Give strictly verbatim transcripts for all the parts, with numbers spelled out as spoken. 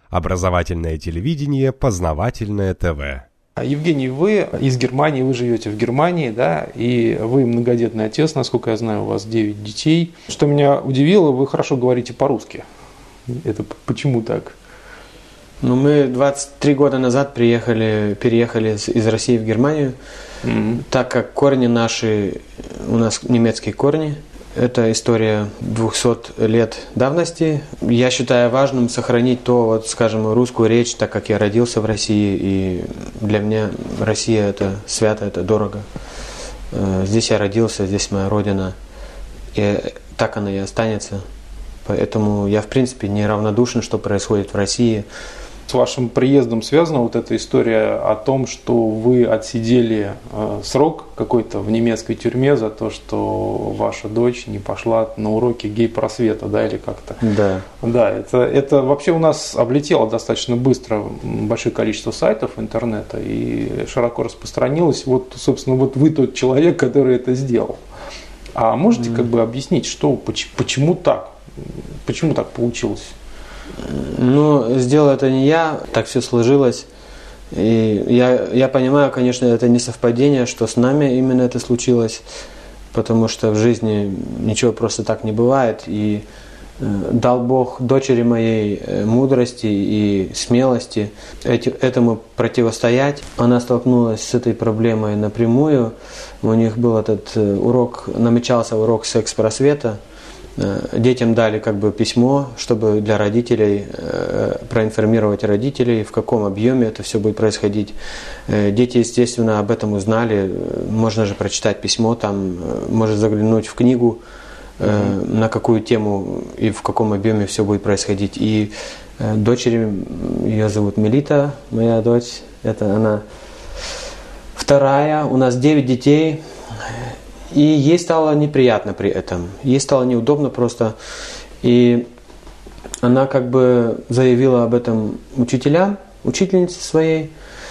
Образовательное телевидение, познавательное ТВ. Евгений, вы из Германии, вы живете в Германии, да, и вы многодетный отец, насколько я знаю, у вас девять детей. Что меня удивило, вы хорошо говорите по-русски. Это почему так? Ну, мы двадцать три года назад приехали, переехали из России в Германию, mm-hmm. так как корни наши, у нас немецкие корни. Это история двухсот лет давности. Я считаю важным сохранить то, вот, скажем, русскую речь, так как я родился в России, и для меня Россия это свято, это дорого. Здесь я родился, здесь моя родина, и так она и останется. Поэтому я, в принципе, не равнодушен, что происходит в России. С вашим приездом связана вот эта история о том, что вы отсидели э, срок какой-то в немецкой тюрьме за то, что ваша дочь не пошла на уроки гей-просвета, да, или как-то? Да. Да, это, это вообще у нас облетело достаточно быстро большое количество сайтов интернета и широко распространилось. Вот, собственно, вот вы тот человек, который это сделал. А можете mm. как бы объяснить, что, почему так? Почему так получилось? Ну, сделал это не я, так все сложилось. И я, я понимаю, конечно, это не совпадение, что с нами именно это случилось, потому что в жизни ничего просто так не бывает. И э, дал Бог дочери моей мудрости и смелости эти, этому противостоять. Она столкнулась с этой проблемой напрямую. У них был этот урок, намечался урок секс-просвета. Детям дали как бы письмо, чтобы для родителей, э, проинформировать родителей, в каком объеме это все будет происходить. Э, дети, естественно, об этом узнали. Можно же прочитать письмо, там, может заглянуть в книгу, э, mm-hmm. на какую тему и в каком объеме все будет происходить. И э, дочери, ее зовут Мелита, моя дочь, это она вторая, у нас девять детей. И ей стало неприятно при этом, ей стало неудобно просто. И она как бы заявила об этом учителям, учительнице своей.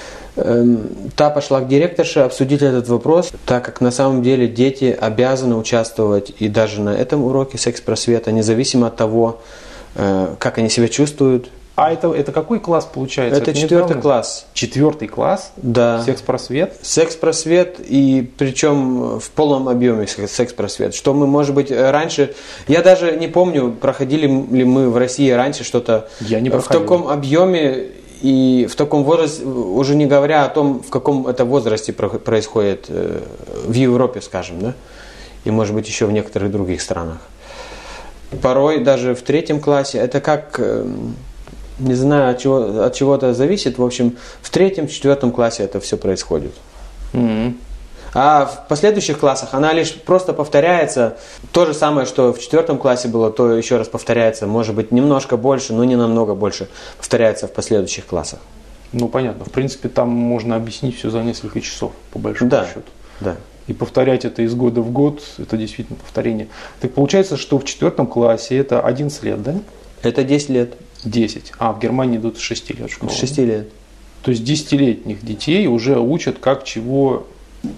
Та пошла к директорше обсудить этот вопрос, так как на самом деле дети обязаны участвовать и даже на этом уроке секс-просвета, независимо от того, как они себя чувствуют. А это, это какой класс получается? Это, это четвертый класс. Четвертый класс? Да. Секс-просвет? Секс-просвет, и причем в полном объеме секс-просвет. Что мы, может быть, раньше... Я даже не помню, проходили ли мы в России раньше что-то Я не в таком объеме и в таком возрасте, уже не говоря о том, в каком это возрасте происходит в Европе, скажем, да? И, может быть, еще в некоторых других странах. Порой даже в третьем классе это как... Не знаю, от чего, от чего это зависит. В общем, в третьем, четвертом классе это все происходит. Mm-hmm. А в последующих классах она лишь просто повторяется. То же самое, что в четвертом классе было, то еще раз повторяется. Может быть, немножко больше, но не намного больше повторяется в последующих классах. Ну, понятно. В принципе, там можно объяснить все за несколько часов, по большому да, счету. Да. И повторять это из года в год, это действительно повторение. Так получается, что в четвертом классе это одиннадцать лет, да? Это десять лет. десять. А в Германии идут с шести лет школы. С шести лет. То есть десятилетних детей уже учат как чего.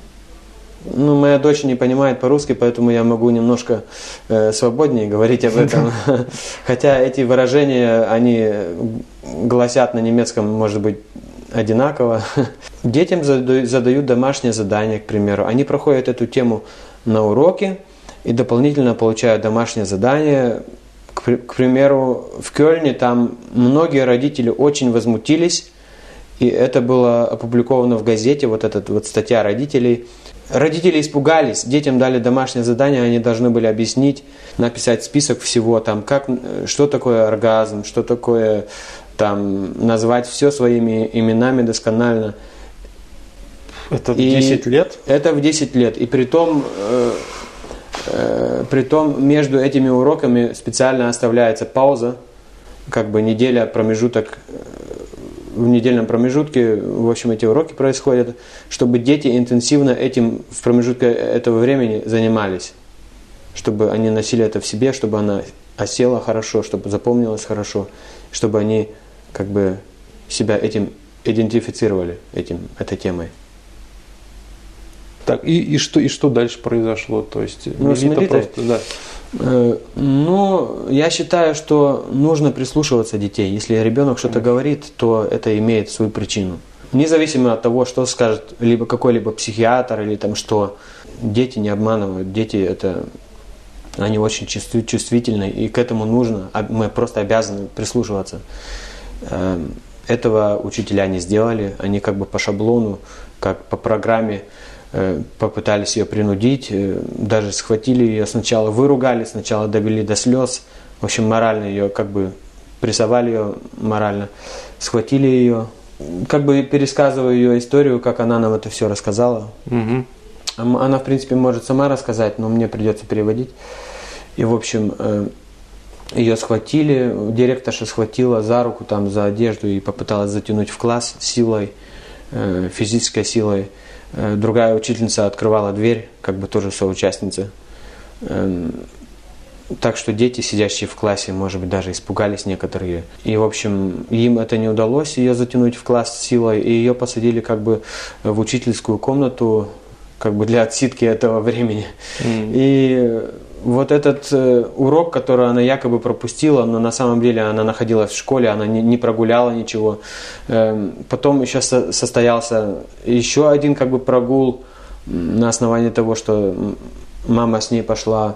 Ну, моя дочь не понимает по-русски, поэтому я могу немножко э, свободнее говорить об этом. Хотя эти выражения, они гласят на немецком, может быть, одинаково. Детям задают домашнее задание, к примеру. Они проходят эту тему на уроке и дополнительно получают домашнее задание. К примеру, в Кёльне там многие родители очень возмутились, и это было опубликовано в газете, вот эта вот статья родителей. Родители испугались, детям дали домашнее задание, они должны были объяснить, написать список всего, там, как, что такое оргазм, что такое, там, назвать все своими именами досконально. Это в десять лет? Это в десять лет, и при том... Притом между этими уроками специально оставляется пауза, как бы неделя, промежуток, в недельном промежутке, в общем, эти уроки происходят, чтобы дети интенсивно этим в промежутке этого времени занимались, чтобы они носили это в себе, чтобы она осела хорошо, чтобы запомнилась хорошо, чтобы они как бы себя этим идентифицировали, этим, этой темой. Так, и, и, что, и что дальше произошло? То есть, ну, с Мелитой, просто, да. Ну, я считаю, что нужно прислушиваться детей. Если ребенок что-то говорит, то это имеет свою причину. Независимо от того, что скажет либо какой-либо психиатр или там что, дети не обманывают. Дети это, они очень чувствительны, и к этому нужно, мы просто обязаны прислушиваться. Этого учителя не сделали, они как бы по шаблону, как по программе попытались ее принудить, даже схватили ее, сначала выругали, сначала довели до слез, в общем морально ее как бы прессовали ее морально, схватили ее, как бы пересказывая ее историю, как она нам это все рассказала. Угу. Она в принципе может сама рассказать, но мне придется переводить. И в общем ее схватили, директорша схватила за руку, там, за одежду и попыталась затянуть в класс силой, физической силой. Другая учительница открывала дверь, как бы тоже соучастница. Так что дети, сидящие в классе, может быть, даже испугались некоторые. И, в общем, им это не удалось, ее затянуть в класс силой, и ее посадили как бы в учительскую комнату, как бы для отсидки этого времени. Mm. И вот этот урок, который она якобы пропустила, но на самом деле она находилась в школе, она не прогуляла ничего. Потом еще состоялся еще один как бы прогул на основании того, что мама с ней пошла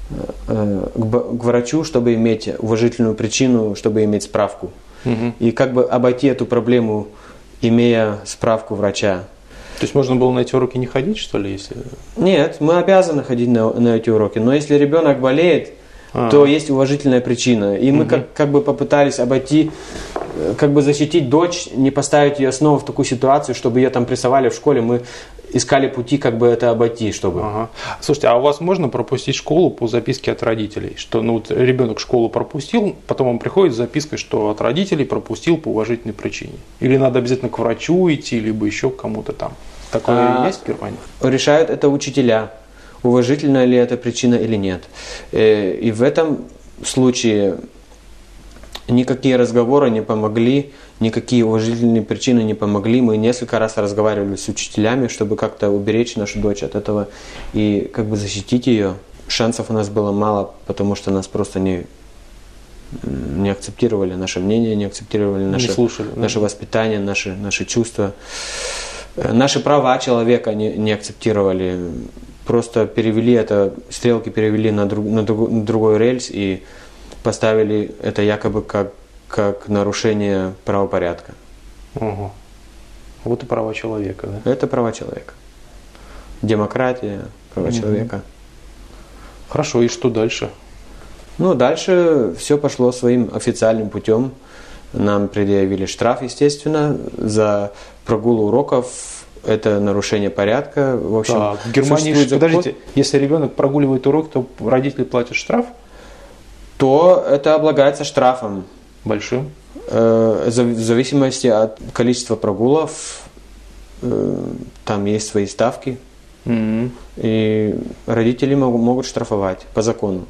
к врачу, чтобы иметь уважительную причину, чтобы иметь справку. Угу. И как бы обойти эту проблему, имея справку врача. То есть можно было на эти уроки не ходить, что ли, если? Нет, мы обязаны ходить на, на эти уроки. Но если ребенок болеет, А-а-а. то есть уважительная причина. И мы угу. как, как бы попытались обойти, как бы защитить дочь, не поставить ее снова в такую ситуацию, чтобы ее там прессовали в школе. Мы искали пути, как бы это обойти, чтобы. Ага. Слушайте, а у вас можно пропустить школу по записке от родителей? Что ну, вот ребенок школу пропустил, потом он приходит с запиской, что от родителей пропустил по уважительной причине. Или надо обязательно к врачу идти, либо еще к кому-то там. Такое а, есть в Германии? Решают это учителя, уважительная ли это причина или нет. И в этом случае никакие разговоры не помогли, никакие уважительные причины не помогли. Мы несколько раз разговаривали с учителями, чтобы как-то уберечь нашу дочь от этого и как бы защитить ее. Шансов у нас было мало, потому что нас просто не, не акцептировали наше мнение, не акцептировали наше, не слушали, да? наше воспитание, наши, наши чувства. Наши права человека не, не акцептировали. Просто перевели это, стрелки перевели на, друг, на, друг, на другой рельс и поставили это якобы как, как нарушение правопорядка. Угу. Вот и права человека, да? Это права человека. Демократия, права угу. человека. Хорошо, и что дальше? Ну, дальше все пошло своим официальным путем. Нам предъявили штраф, естественно, за прогул уроков. Это нарушение порядка. В общем, да, в Германии, подождите, если ребенок прогуливает урок, то родители платят штраф? То это облагается штрафом. Большим? Э, в зависимости от количества прогулов, э, там есть свои ставки. Mm-hmm. И родители могут, могут штрафовать по закону.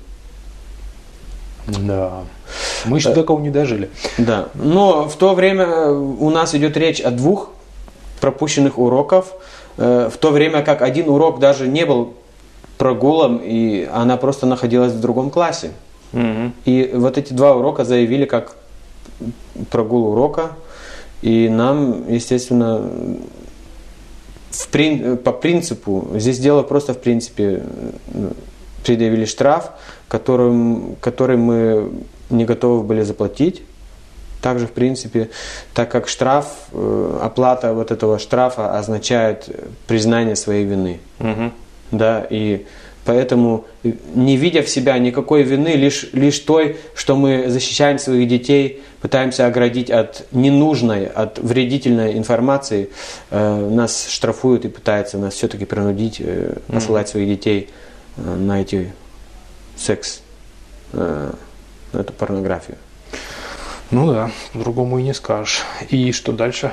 Да. Мы еще до такого не дожили. Да. Но в то время у нас идет речь о двух пропущенных уроков, в то время как один урок даже не был прогулом, и она просто находилась в другом классе. Угу. И вот эти два урока заявили как прогул урока, и нам, естественно, в прин... по принципу, здесь дело просто в принципе, предъявили штраф, которым, который мы не готовы были заплатить. Также, в принципе, так как штраф, оплата вот этого штрафа означает признание своей вины. Угу. Да, и поэтому, не видя в себя никакой вины, лишь, лишь той, что мы защищаем своих детей, пытаемся оградить от ненужной, от вредительной информации, э, нас штрафуют и пытаются нас все-таки принудить э, посылать mm-hmm. своих детей э, на эти секс, э, на эту порнографию. Ну да, по-другому и не скажешь. И что дальше?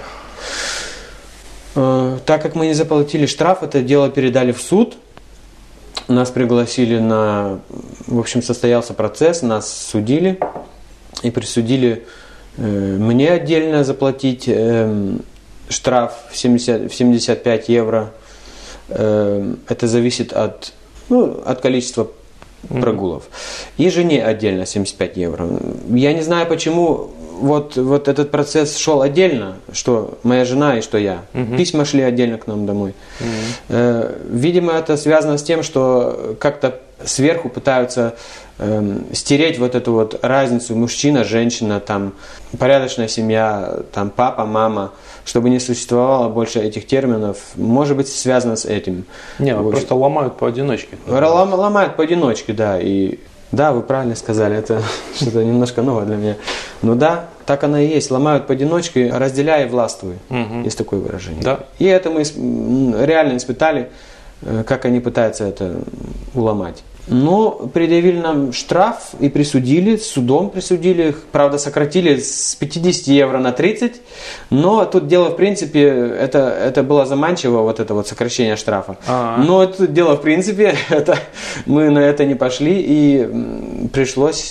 Э, так как мы не заплатили штраф, это дело передали в суд. Нас пригласили на... В общем, состоялся процесс, нас судили и присудили э, мне отдельно заплатить э, штраф в семьдесят, в семьдесят пять евро. Э, это зависит от, ну, от количества mm-hmm. прогулов. И жене отдельно семьдесят пять евро. Я не знаю, почему вот, вот этот процесс шел отдельно, что моя жена и что я. Mm-hmm. Письма шли отдельно к нам домой. Mm-hmm. Видимо, это связано с тем, что как-то сверху пытаются э, стереть вот эту вот разницу мужчина, женщина, там, порядочная семья, там, папа, мама, чтобы не существовало больше этих терминов. Может быть, связано с этим. Не, просто ломают поодиночке. Лом, ломают поодиночке, да. И да, вы правильно сказали, это что-то немножко новое для меня. Ну да, так оно и есть. Ломают поодиночке, разделяя и властвуя. Угу. Есть такое выражение. Да. И это мы реально испытали, как они пытаются это уломать. Но предъявили нам штраф и присудили, судом присудили, правда сократили с пятьдесят евро на тридцать, но тут дело в принципе, это, это было заманчиво, вот это вот сокращение штрафа. А-а-а. Но тут дело в принципе, это, мы на это не пошли и пришлось,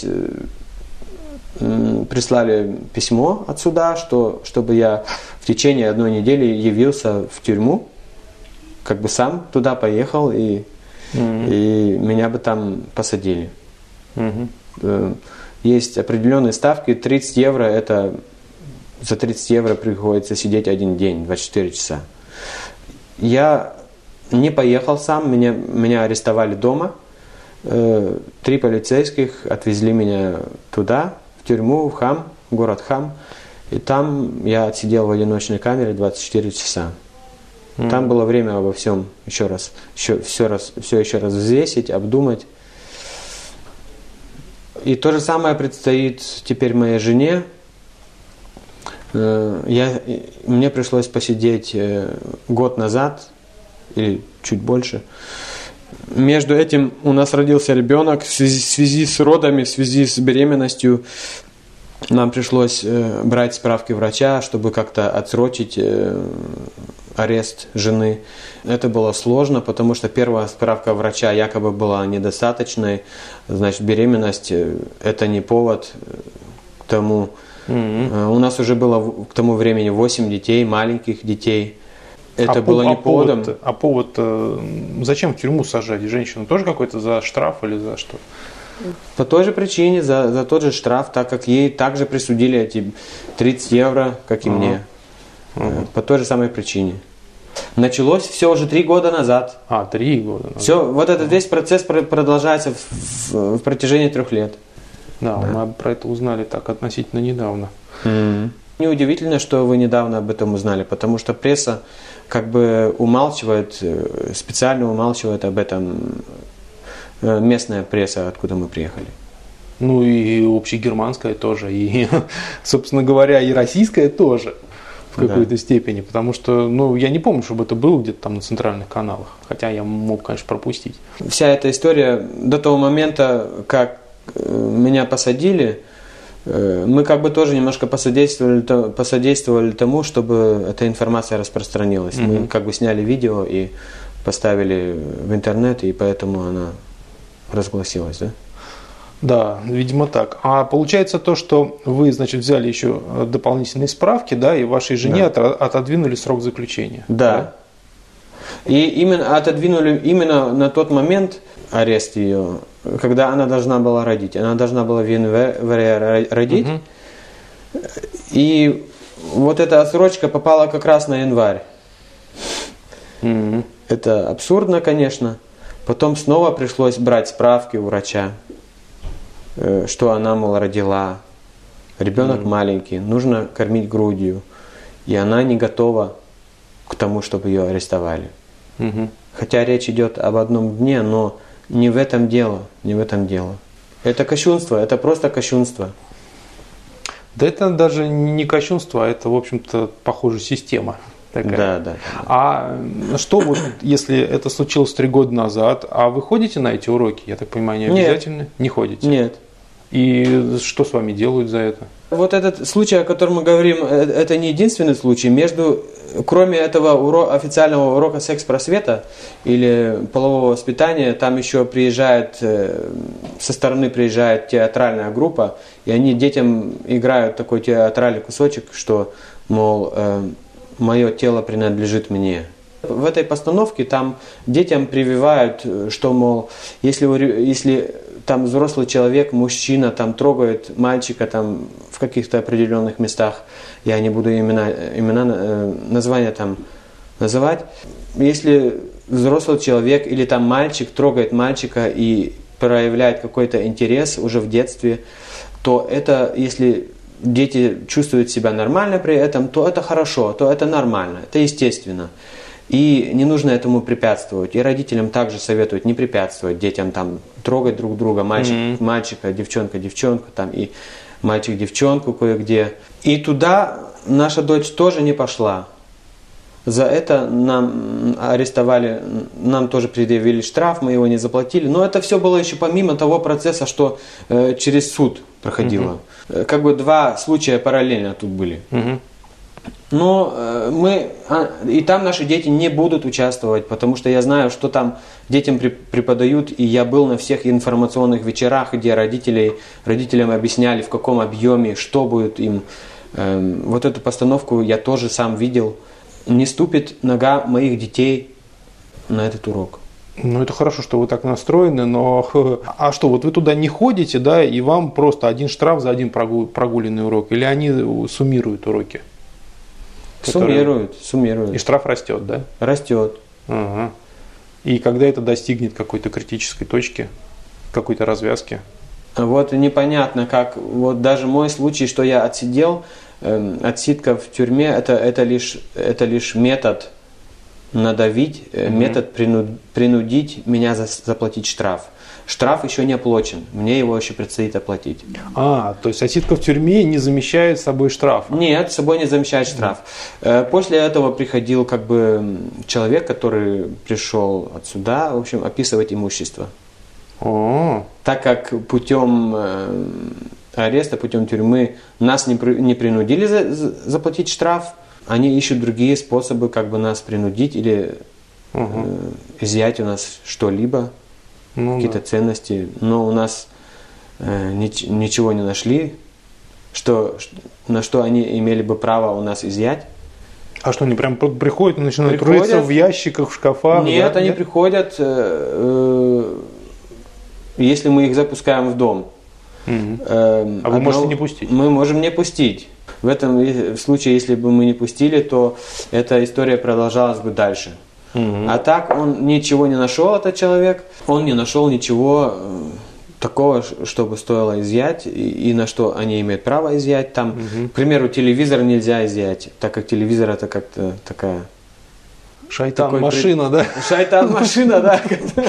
прислали письмо от суда, что, чтобы я в течение одной недели явился в тюрьму, как бы сам туда поехал и Mm-hmm. и меня бы там посадили. Mm-hmm. Есть определенные ставки. тридцать евро, это за тридцать евро приходится сидеть один день, двадцать четыре часа. Я не поехал сам, меня, меня арестовали дома. Три полицейских отвезли меня туда, в тюрьму, в Хам, город Хам. И там я отсидел в одиночной камере двадцать четыре часа. Mm. Там было время обо всем еще раз, еще, все, раз, все еще раз взвесить, обдумать. И то же самое предстоит теперь моей жене. Я, мне пришлось посидеть год назад, или чуть больше. Между этим у нас родился ребенок. В связи, в связи с родами, в связи с беременностью нам пришлось брать справки врача, чтобы как-то отсрочить арест жены. Это было сложно, потому что первая справка врача якобы была недостаточной. Значит, беременность – это не повод к тому. Mm-hmm. У нас уже было к тому времени восемь детей, маленьких детей. Это а было по, не а поводом. Повод, а повод, зачем в тюрьму сажать женщину? Тоже какой-то за штраф или за что? По той же причине, за, за тот же штраф, так как ей также присудили эти тридцать евро, как и uh-huh. мне. Uh-huh. По той же самой причине. Началось все уже три года назад. А, три года назад. Все, вот этот весь процесс продолжается в, в, в протяжении трех лет. Да, да, мы про это узнали так относительно недавно. Mm-hmm. Неудивительно, что вы недавно об этом узнали, потому что пресса как бы умалчивает, специально умалчивает об этом местная пресса, откуда мы приехали. Ну и общегерманская тоже, и, собственно говоря, и российская тоже. В какой-то да. степени, потому что, ну, я не помню, чтобы это было где-то там на центральных каналах, хотя я мог, конечно, пропустить. Вся эта история до того момента, как меня посадили, мы как бы тоже немножко посодействовали, посодействовали тому, чтобы эта информация распространилась. Mm-hmm. Мы как бы сняли видео и поставили в интернет, и поэтому она разгласилась, да? Да, видимо так. А получается то, что вы, значит, взяли еще дополнительные справки, да, и вашей жене да. отодвинули срок заключения. Да. да. И именно отодвинули именно на тот момент арест ее, когда она должна была родить. Она должна была в январе родить. Угу. И вот эта отсрочка попала как раз на январь. Угу. Это абсурдно, конечно. Потом снова пришлось брать справки у врача, что она, мол, родила. Ребенок mm. маленький, нужно кормить грудью. И она не готова к тому, чтобы ее арестовали. Mm-hmm. Хотя речь идет об одном дне, но не в этом дело. Не в этом дело. Это кощунство, это просто кощунство. Да это даже не кощунство, а это, в общем-то, похоже, система. Такая. Да, да. А что вот, если это случилось три года назад, а вы ходите на эти уроки? Я так понимаю, не обязательно? Нет. Не ходите? Нет. И что с вами делают за это? Вот этот случай, о котором мы говорим, это не единственный случай. Между, кроме этого уро, официального урока секс-просвета или полового воспитания, там еще приезжает, со стороны приезжает театральная группа, и они детям играют такой театральный кусочек, что, мол, мое тело принадлежит мне. В этой постановке там детям прививают, что, мол, если, если там взрослый человек, мужчина, там трогает мальчика там, в каких-то определенных местах, я не буду имена, имена названия там называть, если взрослый человек или там мальчик трогает мальчика и проявляет какой-то интерес уже в детстве, то это, если дети чувствуют себя нормально при этом, то это хорошо, то это нормально, это естественно. И не нужно этому препятствовать. И родителям также советуют не препятствовать детям там трогать друг друга, мальчик, mm-hmm. мальчика, девчонка, девчонку, там и мальчик, девчонку кое-где. И туда наша дочь тоже не пошла. За это нам арестовали, нам тоже предъявили штраф, мы его не заплатили. Но это все было еще помимо того процесса, что э, через суд проходило. Mm-hmm. Как бы два случая параллельно тут были. Mm-hmm. Но э, мы, а, и там наши дети не будут участвовать, потому что я знаю, что там детям преподают, и я был на всех информационных вечерах, где родители, родителям объясняли, в каком объеме, что будет им. Э, вот эту постановку я тоже сам видел. Не ступит нога моих детей на этот урок. Ну, это хорошо, что вы так настроены, но... А что, вот вы туда не ходите, да, и вам просто один штраф за один прогу... прогуленный урок? Или они суммируют уроки? Которые... Суммируют, суммируют. И штраф растет, да? Растет. Ага. И когда это достигнет какой-то критической точки, какой-то развязки? Вот непонятно, как... Вот даже мой случай, что я отсидел... Отсидка в тюрьме это, это, лишь, это лишь метод надавить, mm-hmm. метод прину, принудить меня за, заплатить штраф. Штраф еще не оплачен, мне его еще предстоит оплатить. А, то есть отсидка в тюрьме не замещает собой штраф? Нет, собой не замещает штраф. Mm-hmm. После этого приходил как бы человек, который пришел от суда, в общем, описывать имущество. Oh. Так как путем... ареста, путем тюрьмы нас не, при, не принудили за, за, заплатить штраф, они ищут другие способы как бы нас принудить или угу. э, изъять у нас что-либо, ну, какие-то да. ценности, но у нас э, нич, ничего не нашли, что, на что они имели бы право у нас изъять. А что, они прям приходят и начинают приходят, рыться в ящиках, в шкафах? Нет, да? они Нет? приходят, э, э, если мы их запускаем в дом. Mm-hmm. Э, а вы одно, можете не пустить? Мы можем не пустить. В этом в случае, если бы мы не пустили, то эта история продолжалась бы дальше. Mm-hmm. А так он ничего не нашел, этот человек. Он не нашел ничего э, такого, чтобы стоило изъять, и, и на что они имеют право изъять. Там, mm-hmm. к примеру, телевизор нельзя изъять, так как телевизор это как-то такая... Шайтан-машина, да? Шайтан-машина, да.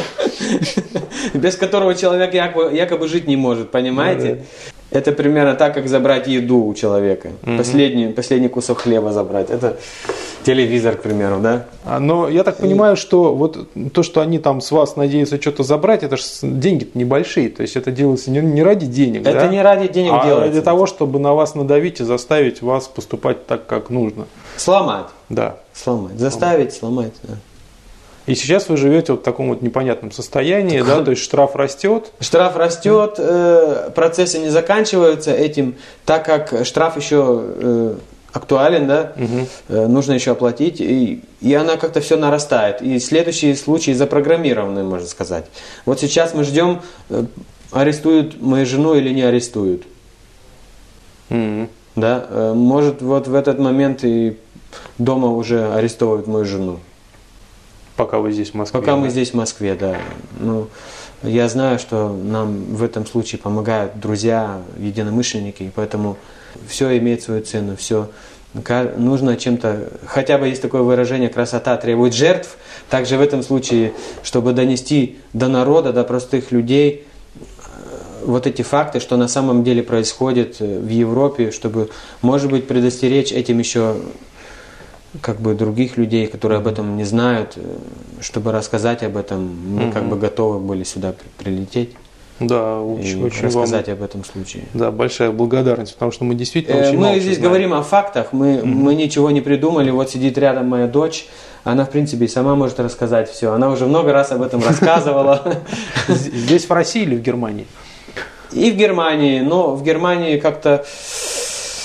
Без которого человек якобы, якобы жить не может, понимаете? Да, да. Это примерно так, как забрать еду у человека. Угу. Последний, последний кусок хлеба забрать. Это телевизор, к примеру, да? Но я так понимаю, что вот то, что они там с вас надеются что-то забрать, это же деньги-то небольшие. То есть это делается не, не ради денег, это да? не ради денег а делается. Ради того, чтобы на вас надавить и заставить вас поступать так, как нужно. Сломать. Да. Сломать. Заставить, сломать, да. И сейчас вы живете вот в таком вот непонятном состоянии, так, да, то есть штраф растет. Штраф растет, э, процессы не заканчиваются этим, так как штраф еще э, актуален, да, угу. э, нужно еще оплатить, и, и она как-то все нарастает. И следующие случаи запрограммированы, можно сказать. Вот сейчас мы ждем, э, арестуют мою жену или не арестуют. Угу. Да, э, может вот в этот момент и дома уже арестовывают мою жену. Пока вы здесь в Москве. Пока да? мы здесь в Москве, да. Ну, я знаю, что нам в этом случае помогают друзья, единомышленники, и поэтому все имеет свою цену, все нужно чем-то, хотя бы есть такое выражение, красота требует жертв, также в этом случае, чтобы донести до народа, до простых людей вот эти факты, что на самом деле происходит в Европе, чтобы, может быть, предостеречь этим еще как бы других людей, которые об этом не знают, чтобы рассказать об этом, мы угу. как бы готовы были сюда прилететь. Да, очень, и очень рассказать вам, об этом случае. Да, большая благодарность, потому что мы действительно очень э, мало Мы здесь знаем. говорим о фактах, мы, угу. мы ничего не придумали. Вот сидит рядом моя дочь, она в принципе и сама может рассказать все. Она уже много раз об этом рассказывала. Здесь в России или в Германии? И в Германии, но в Германии как-то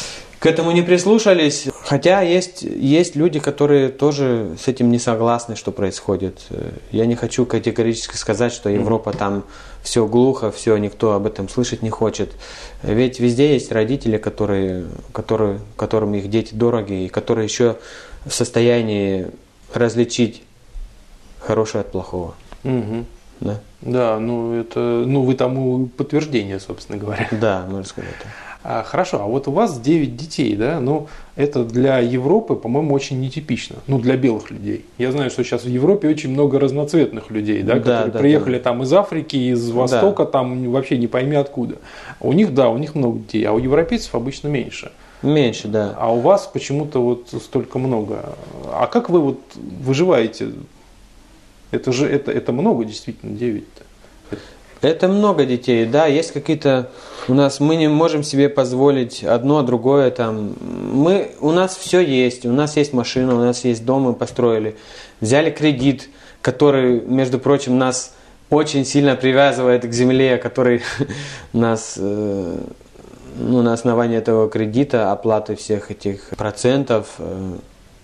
к этому не прислушались. Хотя есть, есть люди, которые тоже с этим не согласны, что происходит. Я не хочу категорически сказать, что Европа там все глухо, все, никто об этом слышать не хочет. Ведь везде есть родители, которые, которые, которым их дети дороги, и которые еще в состоянии различить хорошее от плохого. Угу. Да? Да, ну это, ну вы тому подтверждение, собственно говоря. Да, можно сказать так. А, хорошо, а вот у вас девять детей, да, ну это для Европы, по-моему, очень нетипично, ну для белых людей. Я знаю, что сейчас в Европе очень много разноцветных людей, да, Да, которые да, приехали да. там из Африки, из Востока, Да. там вообще не пойми откуда. У них, да, у них много детей, а у европейцев обычно меньше. Меньше, да. А у вас почему-то вот столько много. А как вы вот выживаете? Это же это, это много, действительно, девять-то. Это много детей, да, есть какие-то, у нас, мы не можем себе позволить одно, другое там, мы, у нас все есть, у нас есть машина, у нас есть дом, мы построили, взяли кредит, который, между прочим, нас очень сильно привязывает к земле, который нас, э, ну, на основании этого кредита, оплаты всех этих процентов, э,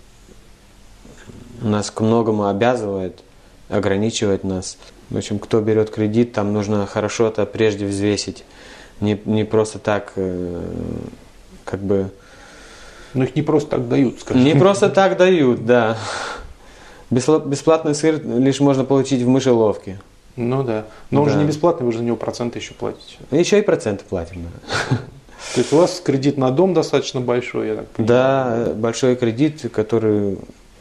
нас к многому обязывает, ограничивает нас. В общем, кто берет кредит, там нужно хорошо это прежде взвесить. Не, не просто так, э, как бы... Но их не просто так дают, скажем. Не просто так дают, да. Бесплатный сыр лишь можно получить в мышеловке. Ну да. Но он Да. же не бесплатный, вы же за него проценты еще платите. Еще и проценты платим. Да, То есть у вас кредит на дом достаточно большой, я так понимаю. да, большой кредит, который,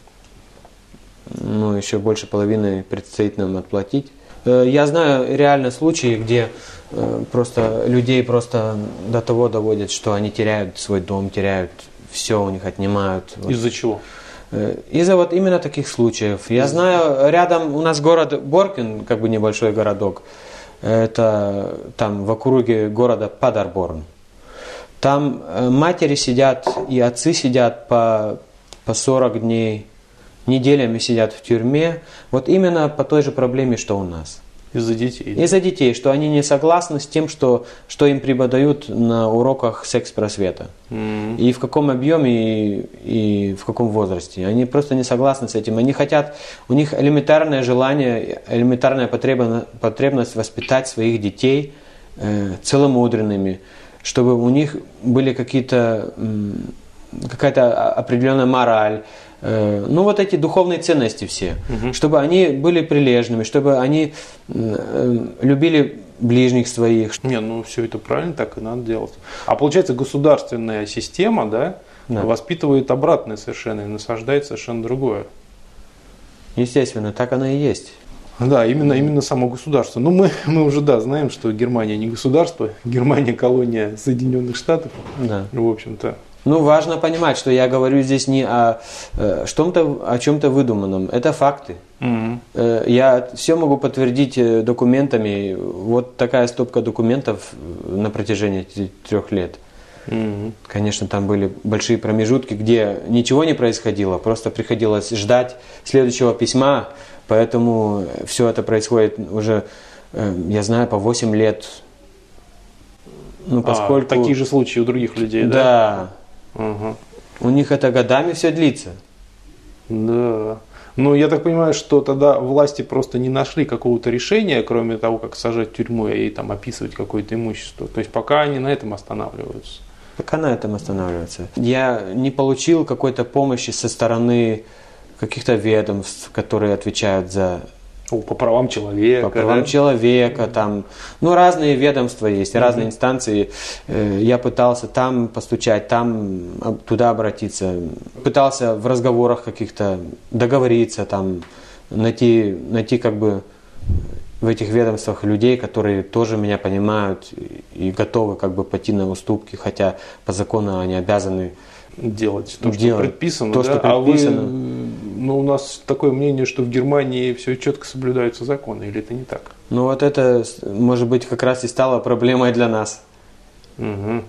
ну, еще больше половины предстоит нам отплатить. Я знаю реально случаи, где просто людей просто до того доводят, что они теряют свой дом, теряют все, у них отнимают. Из-за чего? Из-за вот именно таких случаев. Я знаю, рядом у нас город Боркин, как бы небольшой городок, это там в округе города Падарборн. Там матери сидят и отцы сидят по, по сорок дней, неделями сидят в тюрьме, вот именно по той же проблеме, что у нас. Из-за детей. Из-за детей, что они не согласны с тем, что, что им преподают на уроках секс-просвета. Mm-hmm. И в каком объеме, и, и в каком возрасте. Они просто не согласны с этим. Они хотят, у них элементарное желание, элементарная потребность, потребность воспитать своих детей э, целомудренными, чтобы у них были какие-то, какая-то определенная мораль, ну вот эти духовные ценности все, угу. чтобы они были прилежными, чтобы они любили ближних своих. Не, ну все это правильно, так и надо делать. А получается, государственная система, да, да. воспитывает обратное совершенно и насаждает совершенно другое. Естественно, так оно и есть. Да, именно, именно само государство. Но мы, мы уже, да, знаем, что Германия не государство, Германия колония Соединенных Штатов, да. в общем-то. Ну, важно понимать, что я говорю здесь не о, о, чем-то, о чем-то выдуманном. Это факты. Mm-hmm. Я все могу подтвердить документами. Вот такая стопка документов на протяжении трех лет. Mm-hmm. Конечно, там были большие промежутки, где ничего не происходило. Просто приходилось ждать следующего письма. Поэтому все это происходит уже, я знаю, по восемь лет. Ну, поскольку... А, такие же случаи у других людей, да? Да. Угу. У них это годами все длится. Да. Ну, я так понимаю, что тогда власти просто не нашли какого-то решения, кроме того, как сажать в тюрьму и там описывать какое-то имущество. То есть пока они на этом останавливаются. Пока на этом останавливаются. Я не получил какой-то помощи со стороны каких-то ведомств, которые отвечают за... О, по правам человека. По правам да? человека, там, ну, разные ведомства есть, mm-hmm. разные инстанции. Я пытался там постучать, там туда обратиться. Пытался в разговорах каких-то договориться, там, найти, найти как бы в этих ведомствах людей, которые тоже меня понимают и готовы как бы пойти на уступки, хотя по закону они обязаны делать то, делать, что предписано. То, да? что предписано. А вы, ну, у нас такое мнение, что в Германии все четко соблюдаются законы, или это не так? Ну вот это, может быть, как раз и стало проблемой для нас. Угу.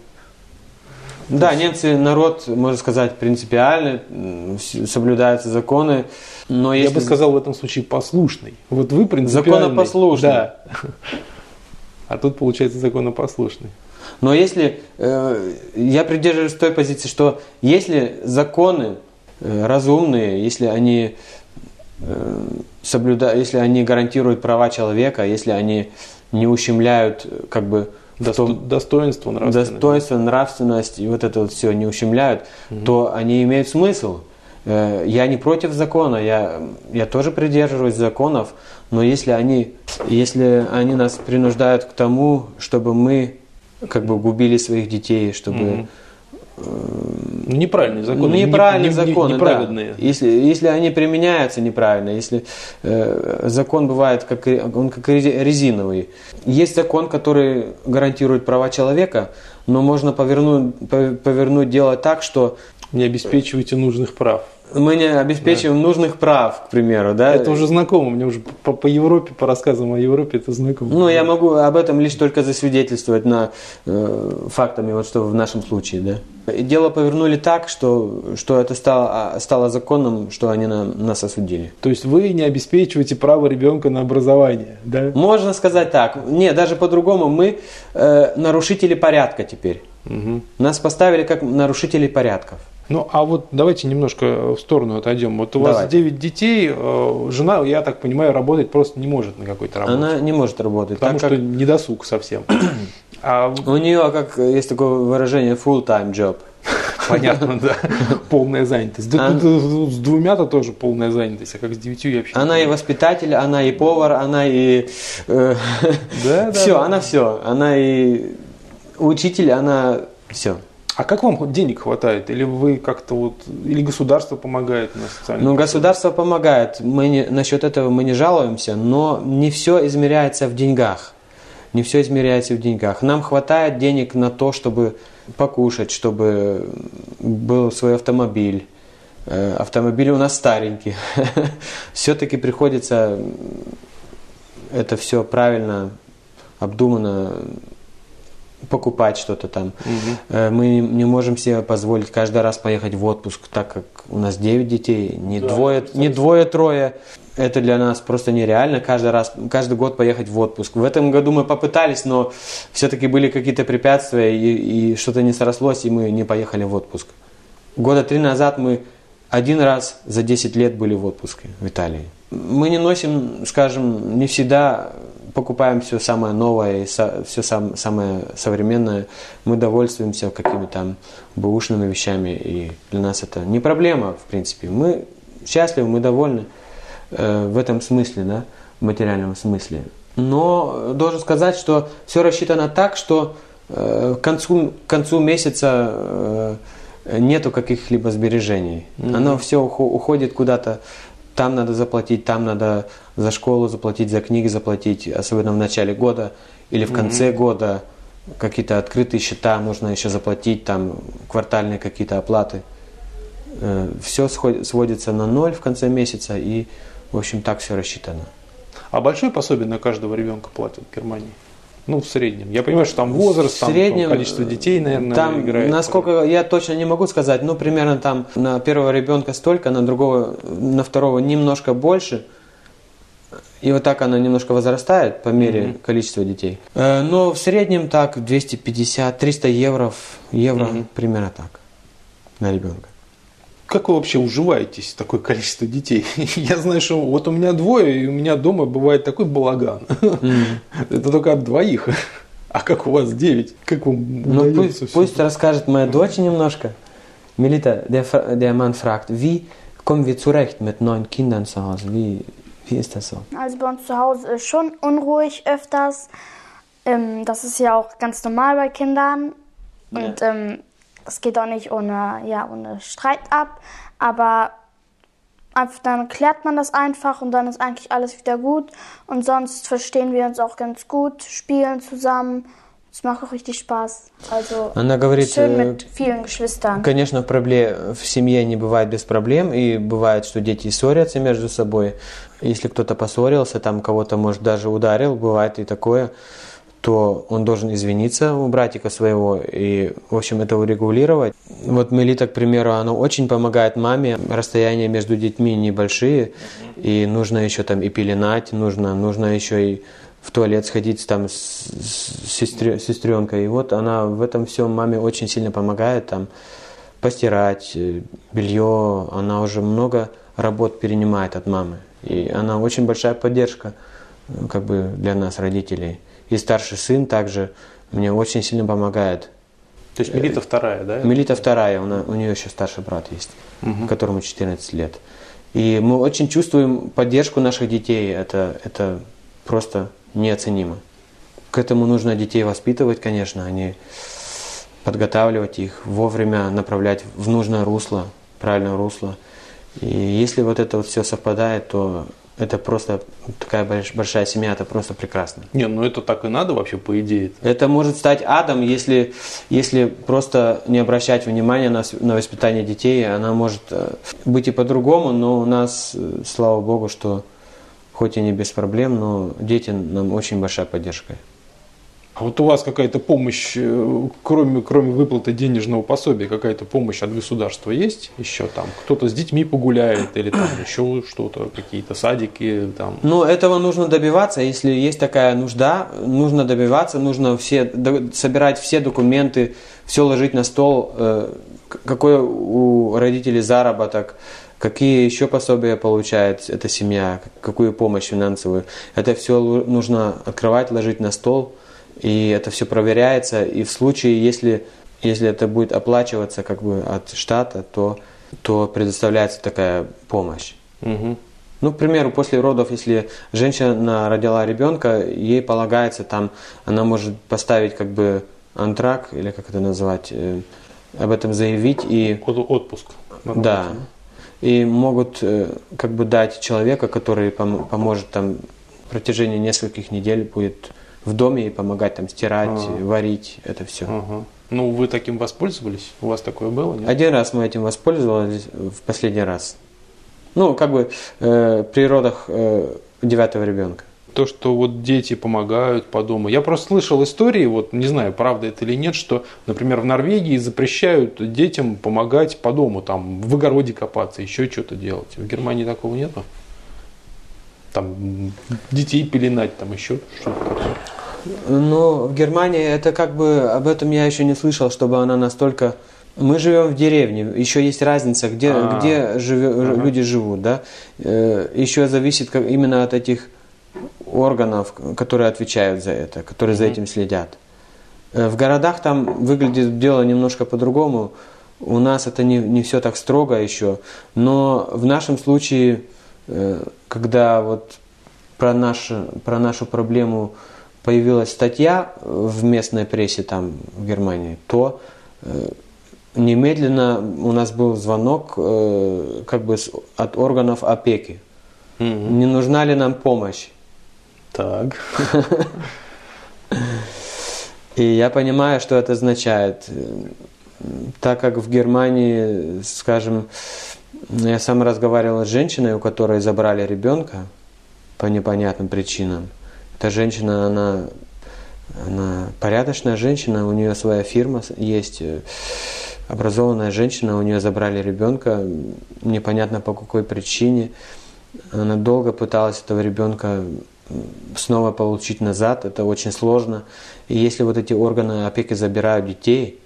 Да, немцы народ, можно сказать, принципиальный, соблюдаются законы. Но Я если... бы сказал в этом случае послушный. Вот вы принципиальный. Законопослушный. Да. А тут получается законопослушный. Но если, э, я придерживаюсь той позиции, что если законы э, разумные, если они э, соблюдают, если они гарантируют права человека, если они не ущемляют как бы Досто, том, достоинство, нравственность. достоинство, нравственность и вот это вот все не ущемляют, угу. то они имеют смысл. Я не против закона, я, я тоже придерживаюсь законов, но если они, если они нас принуждают к тому, чтобы мы как бы губили своих детей, чтобы... Mm-hmm. э, неправильные законы. Неправильные не, законы, не, неправедные. Да. Если, если они применяются неправильно, если э, закон бывает как, он как резиновый. Есть закон, который гарантирует права человека, но можно повернуть, повернуть дело так, что... Не обеспечиваете нужных прав. Мы не обеспечиваем да. нужных прав, к примеру, да? Это уже знакомо, мне уже по, по Европе, по рассказам о Европе это знакомо. Ну, я могу об этом лишь только засвидетельствовать на э, фактами, вот что в нашем случае, да. И дело повернули так, что, что это стало, стало законом, что они на, нас осудили. То есть вы не обеспечиваете право ребенка на образование, да? Можно сказать так. Не, даже по-другому, мы э, нарушители порядка теперь. Угу. Нас поставили как нарушителей порядков. Ну, а вот давайте немножко в сторону отойдем. Вот у Давайте. вас девять детей, жена, я так понимаю, работать просто не может на какой-то работе. Она не может работать. Потому так что как... не досуг совсем. А... У нее, как есть такое выражение, full-time job. Понятно, да. Полная занятость. Да, а... С двумя-то тоже полная занятость, а как с девятью я вообще... Она и воспитатель, она и повар, она и... Э... Да, все, да, она да. все. Она и учитель, она все. А как вам денег хватает? Или вы как-то вот, или государство помогает на социальном? Ну, государство помогает. Мы не, насчет этого мы не жалуемся, но не все измеряется в деньгах. Не все измеряется в деньгах. Нам хватает денег на то, чтобы покушать, чтобы был свой автомобиль. Автомобиль у нас старенький. Все-таки приходится это все правильно, обдуманно покупать что-то там. Угу. Мы не можем себе позволить каждый раз поехать в отпуск, так как у нас девять детей, не, да, двое, не двое-трое. Это для нас просто нереально каждый раз, каждый год поехать в отпуск. В этом году мы попытались, но все-таки были какие-то препятствия, и, и что-то не срослось, и мы не поехали в отпуск. Года три назад мы один раз за десять лет были в отпуске в Италии. Мы не носим, скажем, не всегда покупаем все самое новое и все сам, самое современное. Мы довольствуемся какими-то там бэушными вещами, и для нас это не проблема, в принципе. Мы счастливы, мы довольны э, в этом смысле, да, в материальном смысле. Но должен сказать, что все рассчитано так, что э, к концу, к концу месяца э, нету каких-либо сбережений. Mm-hmm. Оно все уходит куда-то. Там надо заплатить, там надо за школу заплатить, за книги заплатить, особенно в начале года или в конце mm-hmm. года. Какие-то открытые счета нужно еще заплатить, там квартальные какие-то оплаты. Все сводится на ноль в конце месяца, и, в общем, так все рассчитано. А большое пособие на каждого ребенка платят в Германии? Ну, в среднем. Я понимаю, что там возраст, там, среднем, там количество детей, наверное, там, играет. Насколько я точно не могу сказать, ну, примерно там на первого ребенка столько, на другого, на второго немножко больше. И вот так она немножко возрастает по мере mm-hmm. количества детей. Но в среднем так двести пятьдесят - триста евро, евро mm-hmm. примерно так на ребенка. Как вы вообще уживаетесь в такое количество детей? Я знаю, что вот у меня двое, и у меня дома бывает такой балаган. Mm. Это только от двоих. А как у вас девять? Как вам ну, удается пусть, пусть расскажет моя дочь немножко. Melita, der, der Mann fragt, wie kommen wir zurecht mit neun Kindern zu Hause? Wie, wie ist das so? Also bei uns zu Hause ist schon unruhig öfters. Ähm, das ist ja auch ganz normal bei Kindern. Und ja. ähm, das geht auch nicht ohne, ja, ohne Streit ab, aber dann klärt man das einfach und dann ist eigentlich alles wieder gut. Und sonst verstehen wir uns auch ganz gut, spielen zusammen. Es macht auch richtig Spaß. Also Она говорит, schön mit vielen Geschwistern. Конечно, проблем в семье не бывает без проблем, и бывает, что дети ссорятся между собой. Если кто-то поссорился, там кого-то, может, даже ударил, бывает и такое, то он должен извиниться у братика своего и, в общем, это урегулировать. Вот Мелита, к примеру, она очень помогает маме. Расстояния между детьми небольшие, и нужно еще там и пеленать, нужно, нужно еще и в туалет сходить там с, с сестре, сестренкой. И вот она в этом всем маме очень сильно помогает, там, постирать белье. Она уже много работ перенимает от мамы. И она очень большая поддержка как бы для нас, родителей. И старший сын также мне очень сильно помогает. То есть Мелита вторая, да? Мелита вторая, она, у нее еще старший брат есть, угу. которому четырнадцать лет. И мы очень чувствуем поддержку наших детей. Это, это просто неоценимо. К этому нужно детей воспитывать, конечно, а не подготавливать их, вовремя направлять в нужное русло, правильное русло. И если вот это вот все совпадает, то это просто такая большая семья, это просто прекрасно. Не, ну это так и надо вообще, по идее. Это может стать адом, если, если просто не обращать внимания на, на воспитание детей. Она может быть и по-другому, но у нас, слава Богу, что хоть и не без проблем, но дети нам очень большая поддержка. А вот у вас какая-то помощь, кроме, кроме выплаты денежного пособия, какая-то помощь от государства есть еще там? Кто-то с детьми погуляет или там еще что-то, какие-то садики там? Ну, этого нужно добиваться, если есть такая нужда, нужно добиваться, нужно все, собирать все документы, все ложить на стол, какой у родителей заработок, какие еще пособия получает эта семья, какую помощь финансовую. Это все нужно открывать, ложить на стол. И это все проверяется, и в случае, если, если это будет оплачиваться как бы от штата, то, то предоставляется такая помощь. Угу. Ну, к примеру, после родов, если женщина родила ребенка, ей полагается там, она может поставить как бы антрак, или как это назвать, э, об этом заявить. И, отпуск. Да. И могут э, как бы дать человека, который пом- поможет там в протяжении нескольких недель будет в доме и помогать там стирать, ага. варить, это все. Ага. Ну, вы таким воспользовались? У вас такое было, нет? Один раз мы этим воспользовались, в последний раз. Ну, как бы э, при родах э, девятого ребенка. То, что вот дети помогают по дому. Я просто слышал истории, вот не знаю, правда это или нет, что, например, в Норвегии запрещают детям помогать по дому, там, в огороде копаться, еще что-то делать. В Германии такого нету? Там детей пеленать, там еще что-то такое. Ну, в Германии это как бы, об этом я еще не слышал, чтобы она настолько... Мы живем в деревне, еще есть разница, где, где живе, ага. люди живут, да. Еще зависит как, именно от этих органов, которые отвечают за это, которые за этим следят. В городах там выглядит дело немножко по-другому. У нас это не, не все так строго еще, но в нашем случае, когда вот про нашу, про нашу проблему появилась статья в местной прессе там в Германии, то э, немедленно у нас был звонок э, как бы с, от органов опеки. Mm-hmm. Не нужна ли нам помощь? Так. И я понимаю, что это означает. Так как в Германии, скажем, я сам разговаривал с женщиной, у которой забрали ребенка по непонятным причинам. Эта женщина, она, она порядочная женщина, у нее своя фирма есть, образованная женщина, у нее забрали ребенка, непонятно по какой причине. Она долго пыталась этого ребенка снова получить назад, это очень сложно. И если вот эти органы опеки забирают детей,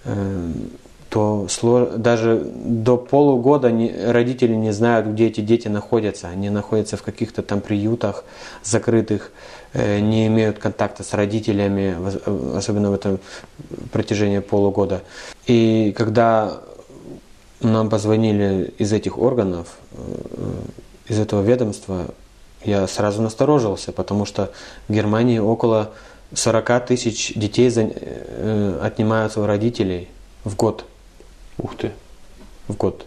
то даже до полугода родители не знают, где эти дети находятся. Они находятся в каких-то там приютах закрытых, не имеют контакта с родителями, особенно в этом протяжении полугода. И когда нам позвонили из этих органов, из этого ведомства, я сразу насторожился, потому что в Германии около сорок тысяч детей отнимаются у родителей в год. Ух ты. В год.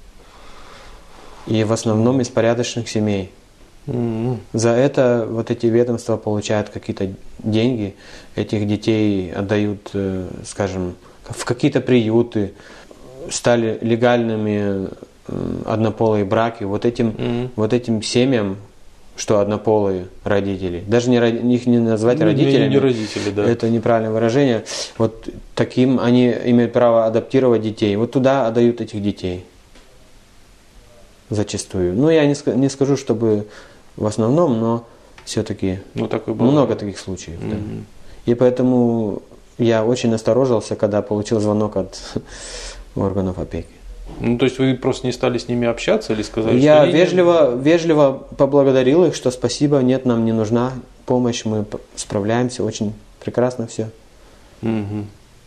И в основном из порядочных семей. Mm-hmm. За это вот эти ведомства получают какие-то деньги, этих детей отдают, скажем, в какие-то приюты, стали легальными однополые браки. Вот этим, mm-hmm. вот этим семьям, что однополые родители, даже не, их не назвать ну, родителями, не родители, да. Это неправильное выражение, вот таким они имеют право адаптировать детей, вот туда отдают этих детей зачастую. Ну, я не, не скажу, чтобы в основном, но все-таки ну, такое было. Много таких случаев. Mm-hmm. Да. И поэтому я очень насторожился, когда получил звонок от органов опеки. Ну, то есть вы просто не стали с ними общаться или сказали, я что... Я вежливо, не... вежливо поблагодарил их, что спасибо, нет, нам не нужна помощь, мы справляемся, очень прекрасно все. Угу.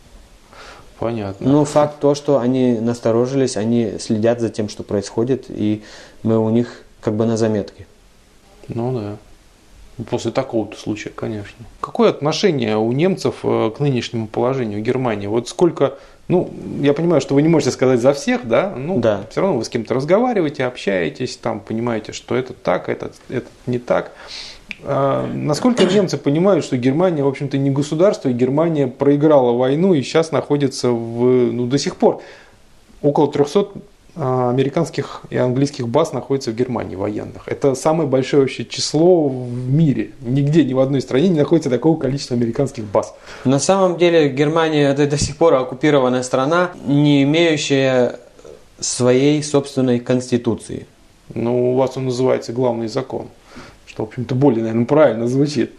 Понятно. Ну, факт то, что они насторожились, они следят за тем, что происходит, и мы у них как бы на заметке. Ну да. После такого-то случая, конечно. Какое отношение у немцев к нынешнему положению в Германии? Вот сколько... Ну, я понимаю, что вы не можете сказать за всех, да? Ну, да. Все равно вы с кем-то разговариваете, общаетесь, там понимаете, что это так, это, это не так. А насколько немцы понимают, что Германия, в общем-то, не государство, и Германия проиграла войну и сейчас находится в, ну, до сих пор около трехсот американских и английских баз находится в Германии военных. Это самое большое вообще число в мире. Нигде, ни в одной стране не находится такого количества американских баз. На самом деле Германия это до сих пор оккупированная страна, не имеющая своей собственной конституции. Ну, у вас он называется главный закон, что, в общем-то, более, наверное, правильно звучит.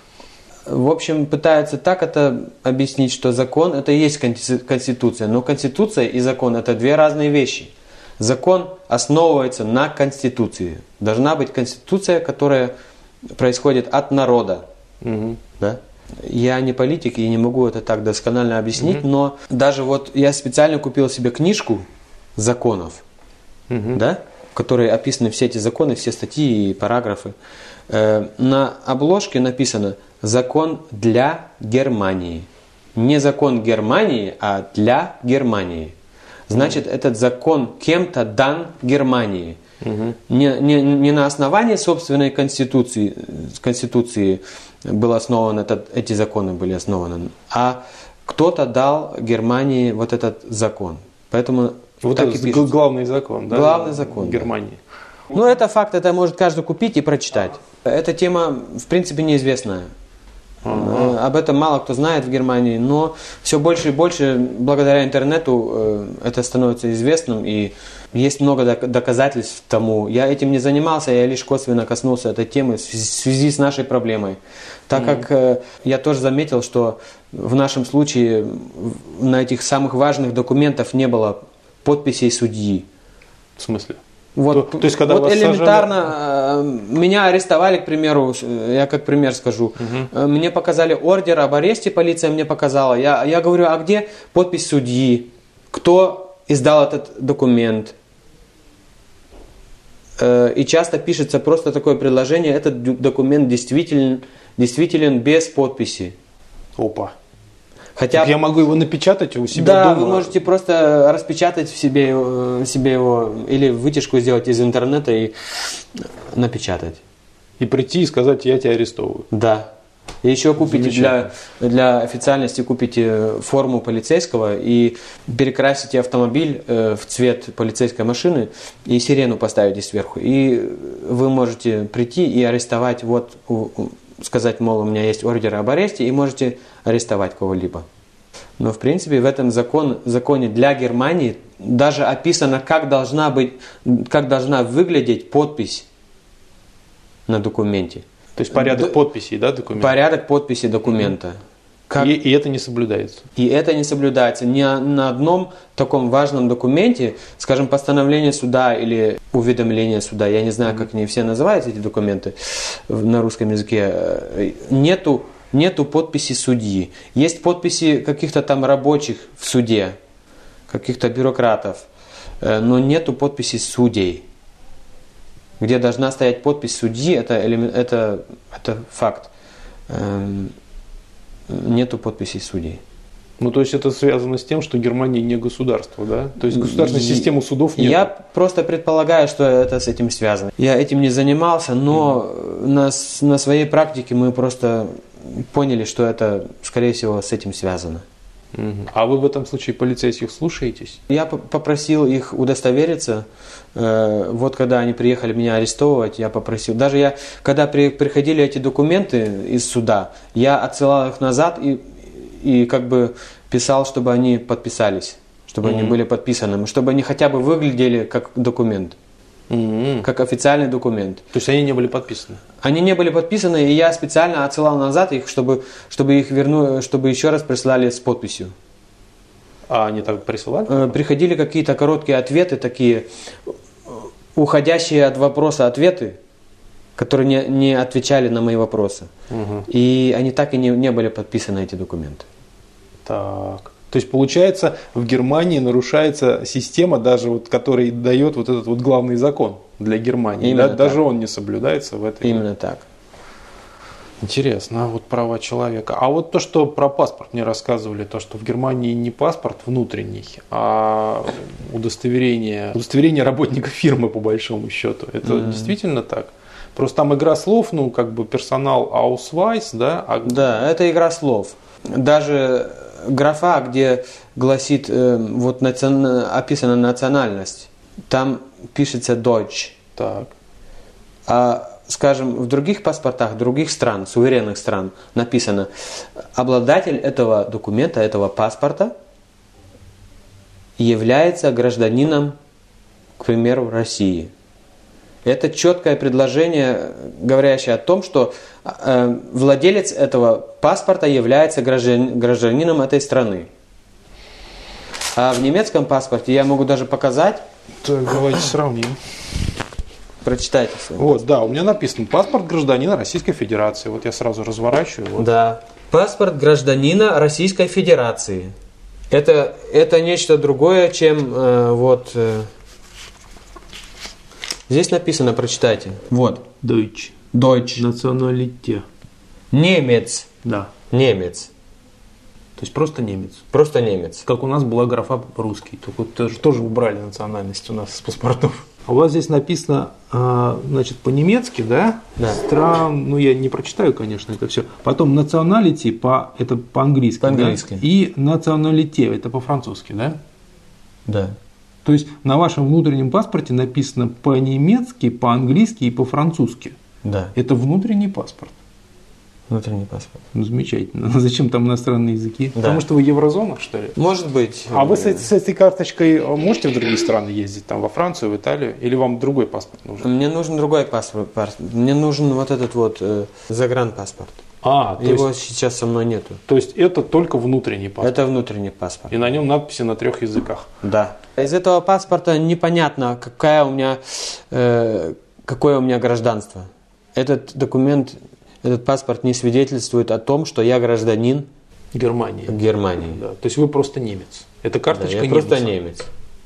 В общем, пытаются так это объяснить, что закон это и есть конституция, но конституция и закон это две разные вещи. Закон основывается на Конституции. Должна быть Конституция, которая происходит от народа. Угу. Да? Я не политик и не могу это так досконально объяснить, угу. но даже вот я специально купил себе книжку законов, угу. да, в которой описаны все эти законы, все статьи и параграфы. Э, на обложке написано «Закон для Германии». Не закон Германии, а для Германии. Значит, этот закон кем-то дан Германии. Угу. Не, не, не на основании собственной конституции, конституции был основан этот, эти законы были основаны, а кто-то дал Германии вот этот закон. Поэтому вот так это и пишется. Главный закон, да? Главный закон Германии. Да. Ну, это факт, это может каждый купить и прочитать. Эта тема, в принципе, неизвестная. Ага. Об этом мало кто знает в Германии, но все больше и больше благодаря интернету это становится известным, и есть много доказательств тому. Я этим не занимался, я лишь косвенно коснулся этой темы в связи с нашей проблемой. Так mm-hmm. как я тоже заметил, что в нашем случае на этих самых важных документах не было подписей судьи. В смысле? Вот, то, то есть, когда вот вас элементарно сажали... меня арестовали, к примеру, я как пример скажу. Угу. Мне показали ордер об аресте, полиция мне показала. Я, я говорю, а где подпись судьи? Кто издал этот документ? И часто пишется просто такое предложение, этот документ действителен, действителен без подписи. Опа. Хотя, я могу его напечатать у себя да, дома? вы можете просто распечатать в себе, себе его или вытяжку сделать из интернета и напечатать. И прийти и сказать, я тебя арестовываю. Да. И еще купите для, для официальности купите форму полицейского и перекрасите автомобиль в цвет полицейской машины и сирену поставите сверху. И вы можете прийти и арестовать, вот, сказать, мол, у меня есть ордер об аресте, и можете арестовать кого-либо. Но в принципе в этом закон, законе для Германии даже описано, как должна быть, как должна выглядеть подпись на документе. То есть порядок Д- подписей, да, документа? Порядок подписи документа. Как... И, и это не соблюдается? И это не соблюдается. Ни на одном таком важном документе, скажем, постановление суда или уведомление суда, я не знаю, как они все называются, эти документы на русском языке, нету, нету подписи судьи. Есть подписи каких-то там рабочих в суде, каких-то бюрократов, но нету подписи судей. Где должна стоять подпись судьи, это, это, это факт. Нету подписей судей. Ну, то есть это связано с тем, что Германия не государство, да? То есть государственной системы судов нет. Я просто предполагаю, что это с этим связано. Я этим не занимался, но mm-hmm. на, на своей практике мы просто поняли, что это, скорее всего, с этим связано. Mm-hmm. А вы в этом случае полицейских слушаетесь? Я попросил их удостовериться. Вот когда они приехали меня арестовывать, я попросил. Даже я, когда при, приходили эти документы из суда, я отсылал их назад и, и как бы писал, чтобы они подписались, чтобы mm-hmm. они были подписаны, чтобы они хотя бы выглядели как документ. Mm-hmm. Как официальный документ. То есть они не были подписаны? Они не были подписаны, и я специально отсылал назад их, чтобы, чтобы их верну, чтобы еще раз прислали с подписью. А они так присылали? Э, приходили какие-то короткие ответы, такие уходящие от вопроса ответы, которые не, не отвечали на мои вопросы. Угу. И они так и не, не были подписаны, эти документы. Так. То есть, получается, в Германии нарушается система, даже вот, которая дает вот этот вот главный закон для Германии. Да? Даже он не соблюдается в этой. Именно так. Интересно, вот права человека. А вот то, что про паспорт мне рассказывали, то, что в Германии не паспорт внутренний, а удостоверение, удостоверение работника фирмы, по большому счету. Это mm-hmm. действительно так? Просто там игра слов, ну, как бы персонал Ausweis, да? А... Да, это игра слов. Даже графа, где гласит, э, вот национ... описана национальность, там пишется Deutsch. Так. А, скажем, в других паспортах, других стран, суверенных стран, написано, обладатель этого документа, этого паспорта является гражданином, к примеру, России. Это четкое предложение, говорящее о том, что э, владелец этого паспорта является граждан, гражданином этой страны. А в немецком паспорте я могу даже показать. Так, давайте сравним. Прочитайте. Вот, да, у меня написано паспорт гражданина Российской Федерации. Вот я сразу разворачиваю. Вот. Да. Паспорт гражданина Российской Федерации. Это, это нечто другое, чем э, вот... Э, Здесь написано, прочитайте. Вот. Deutsch. Deutsch. Националите. Немец. Да. Немец. То есть просто немец. Просто немец. Как у нас была графа русский. Только тоже, тоже убрали национальность у нас с паспортов. А у вас здесь написано, значит, по-немецки, да? Да. Стран, ну я не прочитаю, конечно, это все. Потом националити, по, это по-английски. По-английски. Да? И националите, это по-французски, да? Да. То есть на вашем внутреннем паспорте написано по-немецки, по-английски и по-французски. Да. Это внутренний паспорт. Внутренний паспорт. Ну, замечательно. Зачем там иностранные языки? Да. Потому что вы еврозона, что ли? Может быть. А вы с, с этой карточкой можете в другие страны ездить? Там во Францию, в Италию? Или вам другой паспорт нужен? Мне нужен другой паспорт. Мне нужен вот этот вот э, загранпаспорт. А, то Его есть, сейчас со мной нету. То есть это только внутренний паспорт? Это внутренний паспорт. И на нем надписи на трех языках? Да. Из этого паспорта непонятно, какая у меня, э, какое у меня гражданство. Этот документ, этот паспорт не свидетельствует о том, что я гражданин Германии. Германии. Да. То есть вы просто немец. Это карточка да, я немца. просто немец.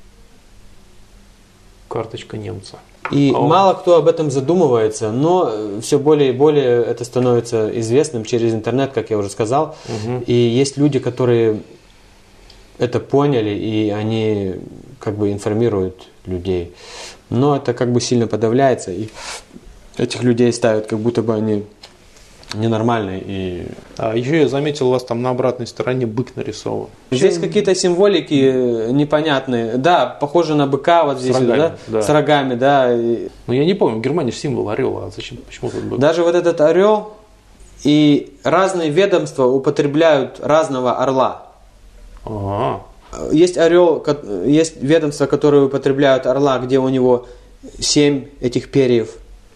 Карточка немца. И а он... мало кто об этом задумывается, но все более и более это становится известным через интернет, как я уже сказал. Угу. И есть люди, которые это поняли, и они как бы информируют людей. Но это как бы сильно подавляется, и этих людей ставят, как будто бы они ненормальные. И... А еще я заметил, у вас там на обратной стороне бык нарисован. Здесь Чем... какие-то символики непонятные. Да, похоже на быка вот здесь, с рогами, да? Да. С рогами, да. И... Но я не помню, в Германии же символ орел, а зачем, почему тут бык? Даже вот этот орел, и разные ведомства употребляют разного орла. Ага. Есть орел, есть ведомства, которые употребляют орла, где у него семь этих перьев.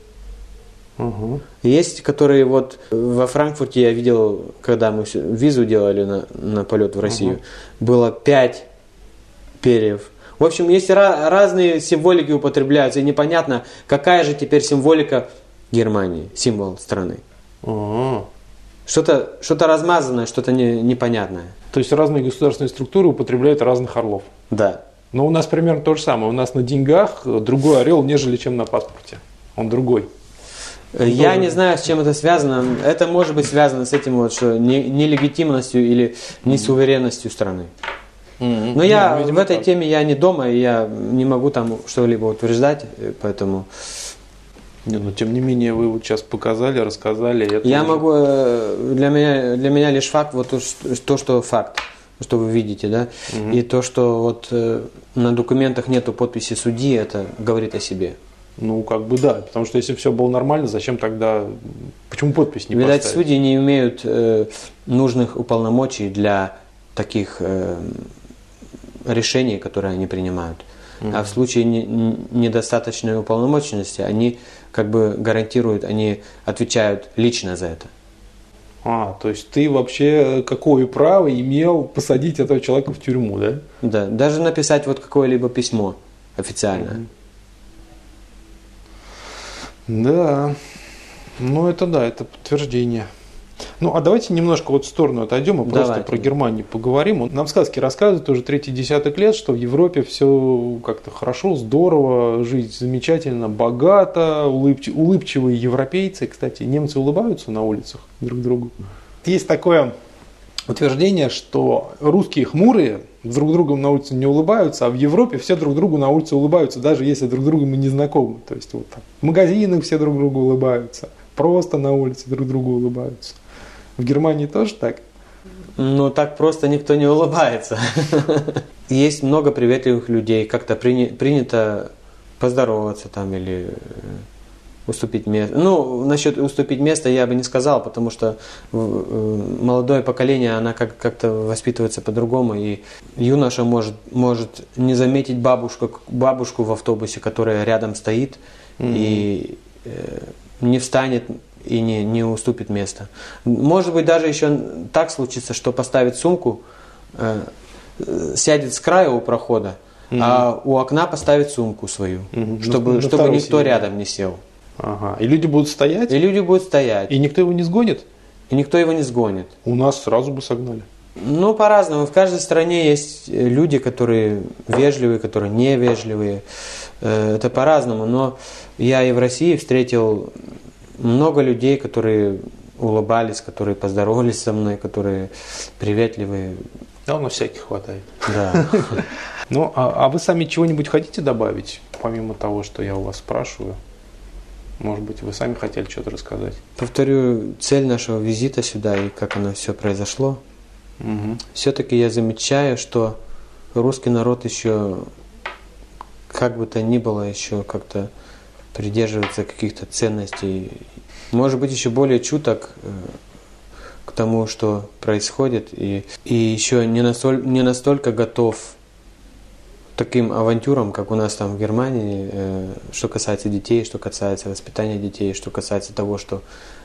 Угу. Есть, которые вот во Франкфурте я видел, когда мы визу делали на, на полет в Россию, угу. было пять перьев. В общем, есть ra- разные символики употребляются, и непонятно, какая же теперь символика Германии, символ страны. Угу. Что-то, что-то размазанное, что-то не, непонятное. То есть разные государственные структуры употребляют разных орлов. Да. Но у нас примерно то же самое. У нас на деньгах другой орел, нежели чем на паспорте. Он другой. Он Я тоже... не знаю, с чем это связано. Это может быть связано с этим вот, что не, нелегитимностью или несуверенностью страны. Mm-hmm. Но я Нет, в этой так. теме я не дома, и я не могу там что-либо утверждать, поэтому... Не, но тем не менее вы вот сейчас показали, рассказали. Это я уже... могу, для меня, для меня лишь факт, вот то, то, что факт, что вы видите, да, угу. и то, что вот на документах нету подписи судьи, это говорит о себе. Ну, как бы да, потому что если все было нормально, зачем тогда, почему подпись не Видать, поставить? судьи не имеют э, нужных уполномочий для таких э, решений, которые они принимают. Mm-hmm. А в случае не, недостаточной уполномоченности они как бы гарантируют, они отвечают лично за это. А, то есть ты вообще какое право имел посадить этого человека в тюрьму, да? Да, даже написать вот какое-либо письмо официальное. Mm-hmm. Да, ну это да, это подтверждение. Ну, а давайте немножко вот в сторону отойдем и просто Давайте. про Германию поговорим. Нам сказки рассказывают уже третий десяток лет, что в Европе все как-то хорошо, здорово, жизнь замечательно, богато, улыбч... улыбчивые европейцы. Кстати, немцы улыбаются на улицах друг другу. Есть такое утверждение, что русские хмурые друг другу на улице не улыбаются, а в Европе все друг другу на улице улыбаются, даже если друг другу мы не знакомы. То есть вот так, в магазинах все друг другу улыбаются, просто на улице друг другу улыбаются. В Германии тоже так? Ну, так просто никто не улыбается. Есть много приветливых людей, как-то прини- принято поздороваться там или уступить место. Ну, насчет уступить место я бы не сказал, потому что молодое поколение, она как- как-то воспитывается по-другому, и юноша может, может не заметить бабушку, бабушку в автобусе, которая рядом стоит, mm-hmm. и э, не встанет и не, не уступит место. Может быть, даже еще так случится, что поставит сумку, э, сядет с края у прохода, mm-hmm. а у окна поставит сумку свою, mm-hmm. чтобы, на, чтобы на никто сидит. Рядом не сел. Ага. И люди будут стоять? И люди будут стоять. И никто его не сгонит? И никто его не сгонит. У нас сразу бы согнали. Ну, по-разному. В каждой стране есть люди, которые вежливые, которые невежливые. Это по-разному. Но я и в России встретил много людей, которые улыбались, которые поздоровались со мной, которые приветливые. Да, у нас всяких хватает. Да. Ну, а, а вы сами чего-нибудь хотите добавить, помимо того, что я у вас спрашиваю? Может быть, вы сами хотели что-то рассказать? Повторю цель нашего визита сюда и как оно все произошло. Угу. Все-таки я замечаю, что русский народ еще, как бы то ни было, еще как-то придерживается каких-то ценностей. Может быть, еще более чуток к тому, что происходит, и, и еще не, настоль, не настолько готов к таким авантюрам, как у нас там в Германии, что касается детей, что касается воспитания детей, что касается того, что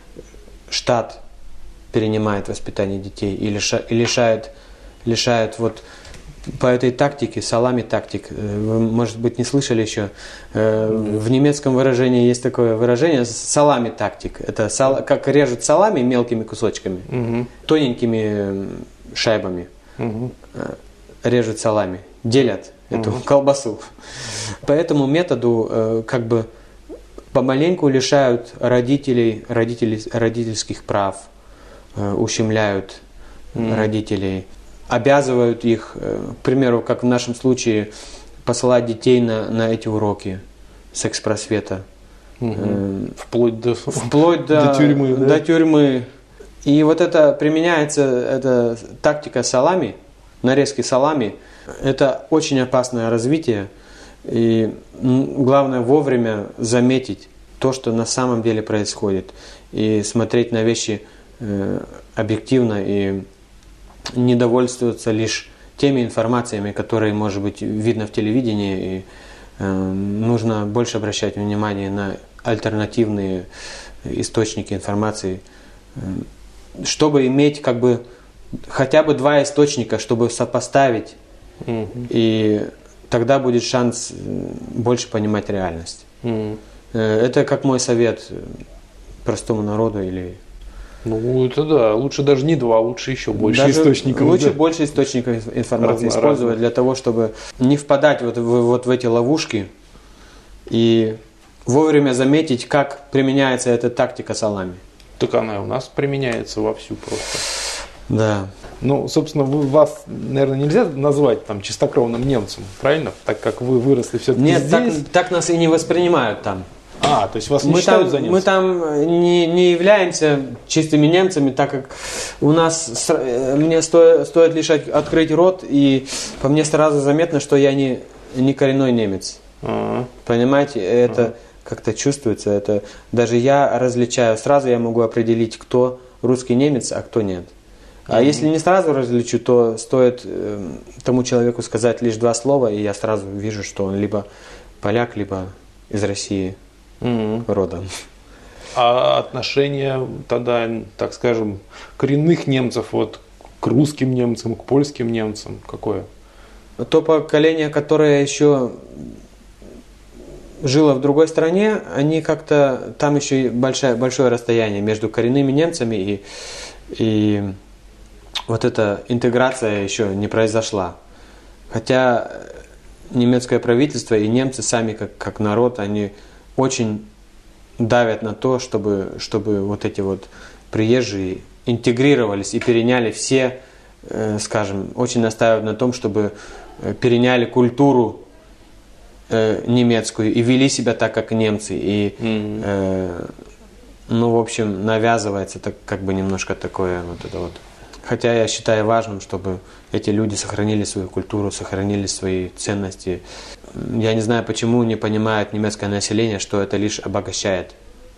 штат перенимает воспитание детей и, лиша, и лишает, лишает вот по этой тактике, салами тактик. Вы, может быть, не слышали еще. В немецком выражении есть такое выражение салами тактик. Это сал, как режут салами мелкими кусочками, угу. тоненькими шайбами. Угу. Режут салами, делят эту угу. колбасу. По этому методу как бы помаленьку лишают родителей, родителей родительских прав, ущемляют угу. родителей, обязывают их, к примеру, как в нашем случае, посылать детей на, на эти уроки секс-просвета. Угу. Вплоть до, Вплоть до, до тюрьмы. Да? До тюрьмы. И вот это применяется, эта тактика салами, нарезки салами, это очень опасное развитие. И главное вовремя заметить то, что на самом деле происходит. И смотреть на вещи э, объективно и не довольствоваться лишь теми информациями, которые, может быть, видно в телевидении, и э, нужно больше обращать внимание на альтернативные источники информации, э, чтобы иметь как бы хотя бы два источника, чтобы сопоставить, mm-hmm. и тогда будет шанс больше понимать реальность. Mm-hmm. Э, это как мой совет простому народу или... Ну, это да. Лучше даже не два, лучше еще больше даже источников. Лучше да. больше источников информации Разно, использовать разно. для того, чтобы не впадать вот в, вот в эти ловушки и вовремя заметить, как применяется эта тактика салами. Так она у нас применяется вовсю просто. Да. Ну, собственно, вы, вас, наверное, нельзя назвать там чистокровным немцем, правильно? Так как вы выросли все-таки Нет, здесь. так, так нас и не воспринимают там. А, то есть вас не Мы считают там, за немцев? мы там не, не являемся чистыми немцами, так как у нас, мне стоит, стоит лишь открыть рот, и по мне сразу заметно, что я не, не коренной немец. А-а-а. Понимаете, это А-а-а. как-то чувствуется. Это, даже я различаю, сразу я могу определить, кто русский немец, а кто нет. А mm-hmm. если не сразу различу, то стоит э, тому человеку сказать лишь два слова, и я сразу вижу, что он либо поляк, либо из России mm-hmm. родом. А отношение тогда, так скажем, коренных немцев вот, к русским немцам, к польским немцам какое? То поколение, которое еще жило в другой стране, они как-то, там еще большое, большое расстояние между коренными немцами и, и вот эта интеграция еще не произошла. Хотя немецкое правительство и немцы сами как, как народ, они очень давят на то, чтобы, чтобы вот эти вот приезжие интегрировались и переняли все, э, скажем, очень настаивают на том, чтобы переняли культуру э, немецкую и вели себя так, как немцы. И, mm-hmm. э, ну, в общем, навязывается так, как бы немножко такое вот это вот. Хотя я считаю важным, чтобы эти люди сохранили свою культуру, сохранили свои ценности. Я не знаю, почему не понимает немецкое население, что это лишь обогащает.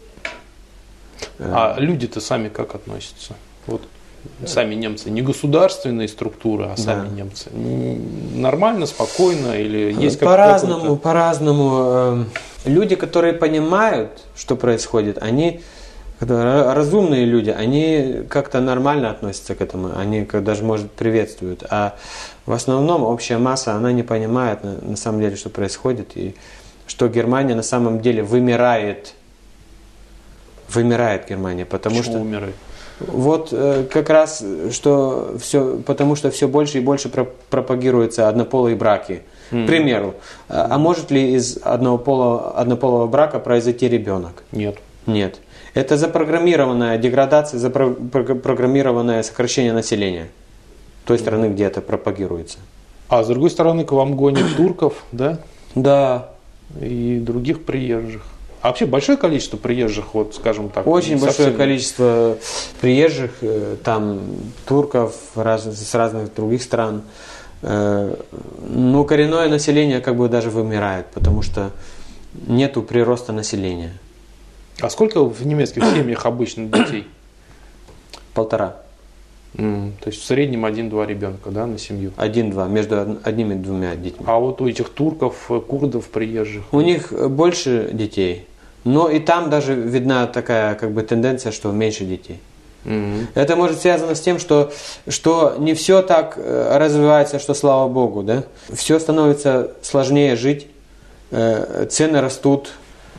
А люди-то сами как относятся? Вот сами немцы, не государственные структуры, а сами да. немцы. Нормально, спокойно или есть как-то? По-разному, по-разному. Люди, которые понимают, что происходит, они разумные люди, они как-то нормально относятся к этому, они даже, может, приветствуют. А в основном общая масса, она не понимает на, на самом деле, что происходит, и что Германия на самом деле вымирает. Вымирает Германия, потому Почему что... умирает? Вот как раз, что все, потому что все больше и больше пропагируются однополые браки. Mm. К примеру, а может ли из одного пола, однополого брака произойти ребенок? Нет. Нет. Это запрограммированная деградация, запрограммированное сокращение населения той страны, где это пропагируется. А с другой стороны, к вам гонят турков, да? Да. И других приезжих. А вообще большое количество приезжих, вот, скажем так? Очень большое совсем... количество приезжих, там турков раз, с разных других стран. Но коренное население как бы даже вымирает, потому что нету прироста населения. А сколько в немецких семьях обычно детей? Полтора. Mm, то есть в среднем один-два ребенка, да, на семью? Один-два, между одними и двумя детьми. А вот у этих турков, курдов приезжих? У них больше детей, но и там даже видна такая как бы тенденция, что меньше детей. Mm-hmm. Это может связано с тем, что, что не все так развивается, что слава Богу, да? Все становится сложнее жить, цены растут.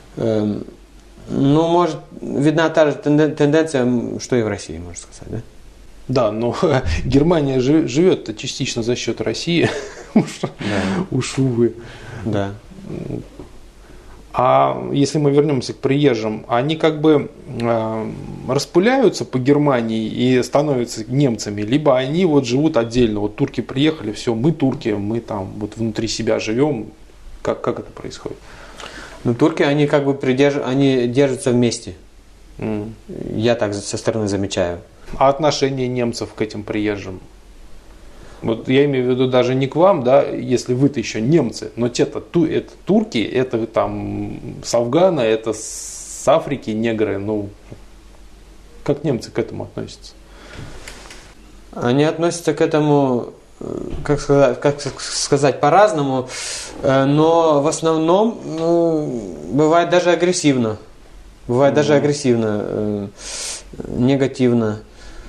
Ну, может, видна та же тенденция, что и в России, можно сказать, да? Да, но Германия живет частично за счет России, уж, да. уж увы. Да. А если мы вернемся к приезжим, они как бы э, распыляются по Германии и становятся немцами, либо они вот живут отдельно. Вот турки приехали, все, мы турки, мы там вот внутри себя живем. Как, как это происходит? Ну, турки, они как бы придерж... они держатся вместе. Mm. Я так со стороны замечаю. А отношение немцев к этим приезжим? Вот я имею в виду даже не к вам, да, если вы-то еще немцы, но те-то ту, это турки, это там с Афгана, это с Африки негры, ну, как немцы к этому относятся? Они относятся к этому, как сказать, как сказать по-разному, но в основном ну, бывает даже агрессивно, бывает mm-hmm. даже агрессивно, негативно.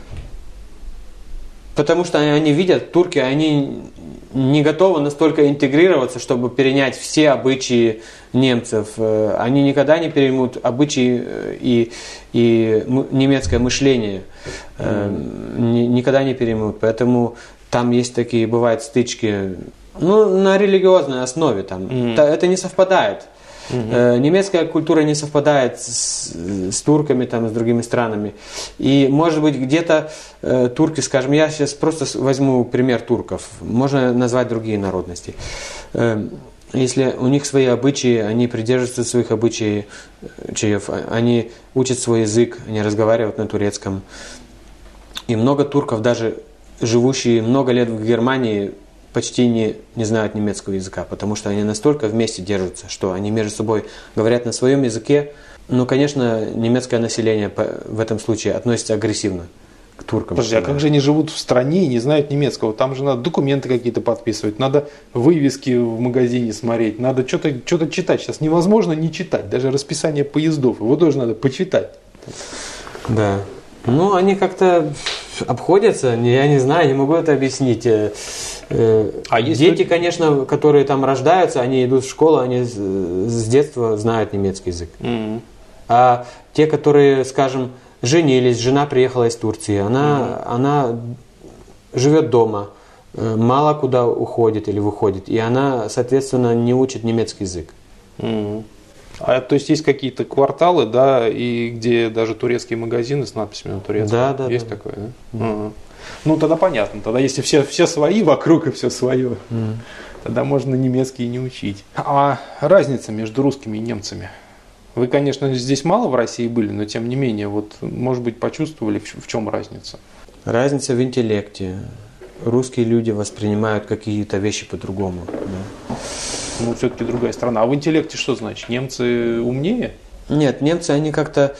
Потому что они видят, турки, они не готовы настолько интегрироваться, чтобы перенять все обычаи немцев. Они никогда не переймут обычаи и, и немецкое мышление. Mm. Никогда не переймут. Поэтому там есть такие, бывают стычки, ну, на религиозной основе. Там. Mm. Это не совпадает. Mm-hmm. Немецкая культура не совпадает с, с турками, там, с другими странами. И, может быть, где-то э, турки, скажем, я сейчас просто возьму пример турков, можно назвать другие народности. Э, если у них свои обычаи, они придерживаются своих обычаев, они учат свой язык, они разговаривают на турецком. И много турков, даже живущие много лет в Германии, почти не, не знают немецкого языка, потому что они настолько вместе держатся, что они между собой говорят на своем языке. Но, конечно, немецкое население в этом случае относится агрессивно к туркам. Подожди, а как же они живут в стране и не знают немецкого? Там же надо документы какие-то подписывать, надо вывески в магазине смотреть, надо что-то, что-то читать. Сейчас невозможно не читать, даже расписание поездов, его тоже надо почитать. Да. Ну, они как-то обходятся, я не знаю, не могу это объяснить. А дети, есть... конечно, которые там рождаются, они идут в школу, они с детства знают немецкий язык. Mm-hmm. А те, которые, скажем, женились, жена приехала из Турции, она, mm-hmm. она живет дома, мало куда уходит или выходит, и она, соответственно, не учит немецкий язык. Mm-hmm. А то есть есть какие-то кварталы, да, и где даже турецкие магазины с надписями на турецком? Да, да. Есть да. такое, да? Mm-hmm. Угу. Ну, тогда понятно. Тогда если все, все свои вокруг и все свое, mm. тогда можно немецкий и не учить. А разница между русскими и немцами? Вы, конечно, здесь мало в России были, но тем не менее, вот, может быть, почувствовали, в чем разница? Разница в интеллекте. Русские люди воспринимают какие-то вещи по-другому. Да. Ну, все-таки другая страна. А в интеллекте что значит? Немцы умнее? Нет, немцы, они как-то...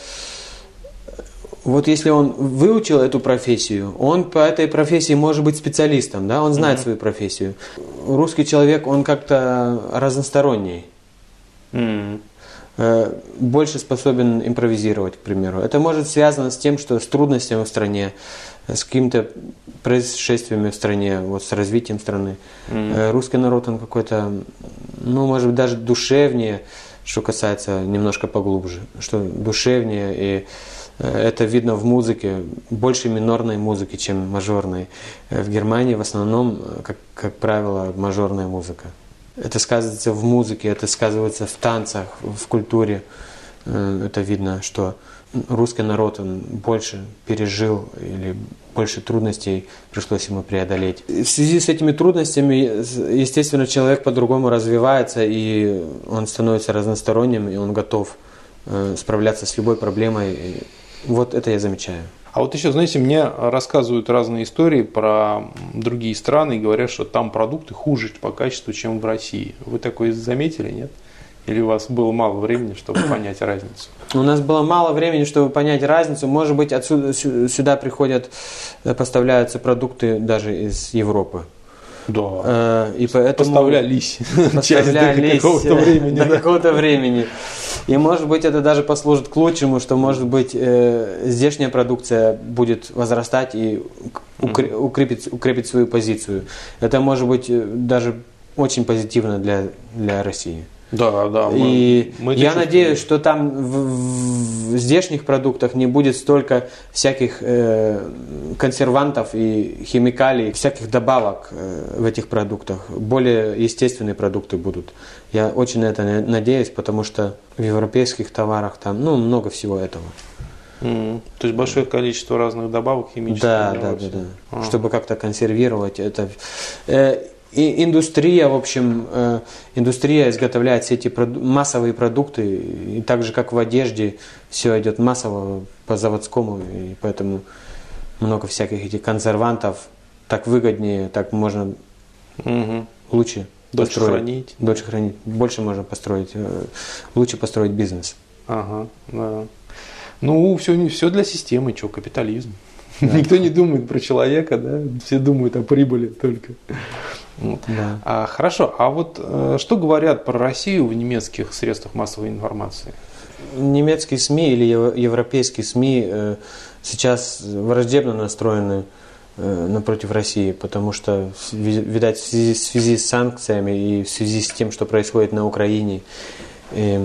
Вот если он выучил эту профессию, он по этой профессии может быть специалистом, да, он знает mm-hmm. свою профессию. Русский человек, он как-то разносторонний. Mm-hmm. Больше способен импровизировать, к примеру. Это может связано с тем, что с трудностями в стране, с какими-то происшествиями в стране, вот с развитием страны. Mm-hmm. Русский народ, он какой-то, ну, может быть, даже душевнее, что касается немножко поглубже, что душевнее, и это видно в музыке, больше минорной музыки, чем мажорной. В Германии в основном, как, как правило, мажорная музыка. Это сказывается в музыке, это сказывается в танцах, в культуре. Это видно, что русский народ, он больше пережил или больше трудностей пришлось ему преодолеть. В связи с этими трудностями, естественно, человек по-другому развивается, и он становится разносторонним, и он готов справляться с любой проблемой. Вот это я замечаю. А вот еще, знаете, мне рассказывают разные истории про другие страны и говорят, что там продукты хуже по качеству, чем в России. Вы такое заметили, нет? Или у вас было мало времени, чтобы понять разницу? У нас было мало времени, чтобы понять разницу. Может быть, отсюда сюда приходят, поставляются продукты даже из Европы. Да. И поэтому поставлялись, поставлялись до какого-то времени. До да. какого-то времени. И может быть это даже послужит к лучшему, что может быть э, здешняя продукция будет возрастать и укрепить, укрепить свою позицию. Это может быть даже очень позитивно для, для России. Да, да. И мы, мы я надеюсь, что там в, в здешних продуктах не будет столько всяких э, консервантов и химикалий, всяких добавок э, в этих продуктах. Более естественные продукты будут. Я очень на это надеюсь, потому что в европейских товарах там ну, много всего этого. Mm. То есть большое количество разных добавок химических. Да, да, да, да. А. Чтобы как-то консервировать это. Э, И индустрия, в общем, э, индустрия изготовляет все эти проду- массовые продукты, и так же, как в одежде, все идет массово по заводскому, и поэтому много всяких этих консервантов, так выгоднее, так можно угу. лучше дольше построить. хранить. Дольше хранить, больше можно построить, э, лучше построить бизнес. Ага, да. Ну, все, все для системы, что, капитализм. Да. Никто не думает про человека, да, все думают о прибыли только. Вот. Да. А, хорошо, а вот э, что говорят про Россию в немецких средствах массовой информации? Немецкие СМИ или европейские СМИ э, сейчас враждебно настроены э, напротив России, потому что, видать, в связи, в связи с санкциями и в связи с тем, что происходит на Украине, э,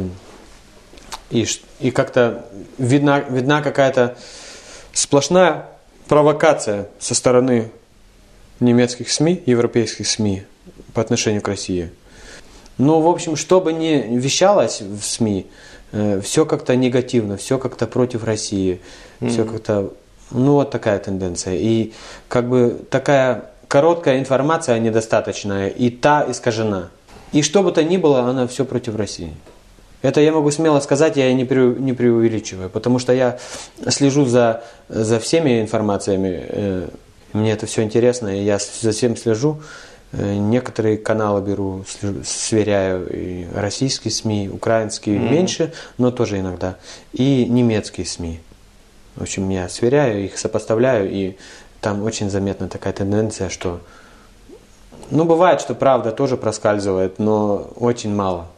и, и как-то видна, видна какая-то сплошная провокация со стороны немецких СМИ, европейских СМИ по отношению к России. Но, в общем, что бы ни вещалось в СМИ, э, все как-то негативно, все как-то против России, mm-hmm. все как-то, ну, вот такая тенденция. И как бы такая короткая информация недостаточная, и та искажена. И что бы то ни было, она все против России. Это я могу смело сказать, я не, преу, не преувеличиваю, потому что я слежу за, за всеми информациями, э, мне это все интересно, и я за всем слежу. Э, некоторые каналы беру, слежу, сверяю, и российские СМИ, украинские mm-hmm. меньше, но тоже иногда, и немецкие СМИ. В общем, я сверяю их, сопоставляю, и там очень заметна такая тенденция, что... Ну, бывает, что правда тоже проскальзывает, но очень мало.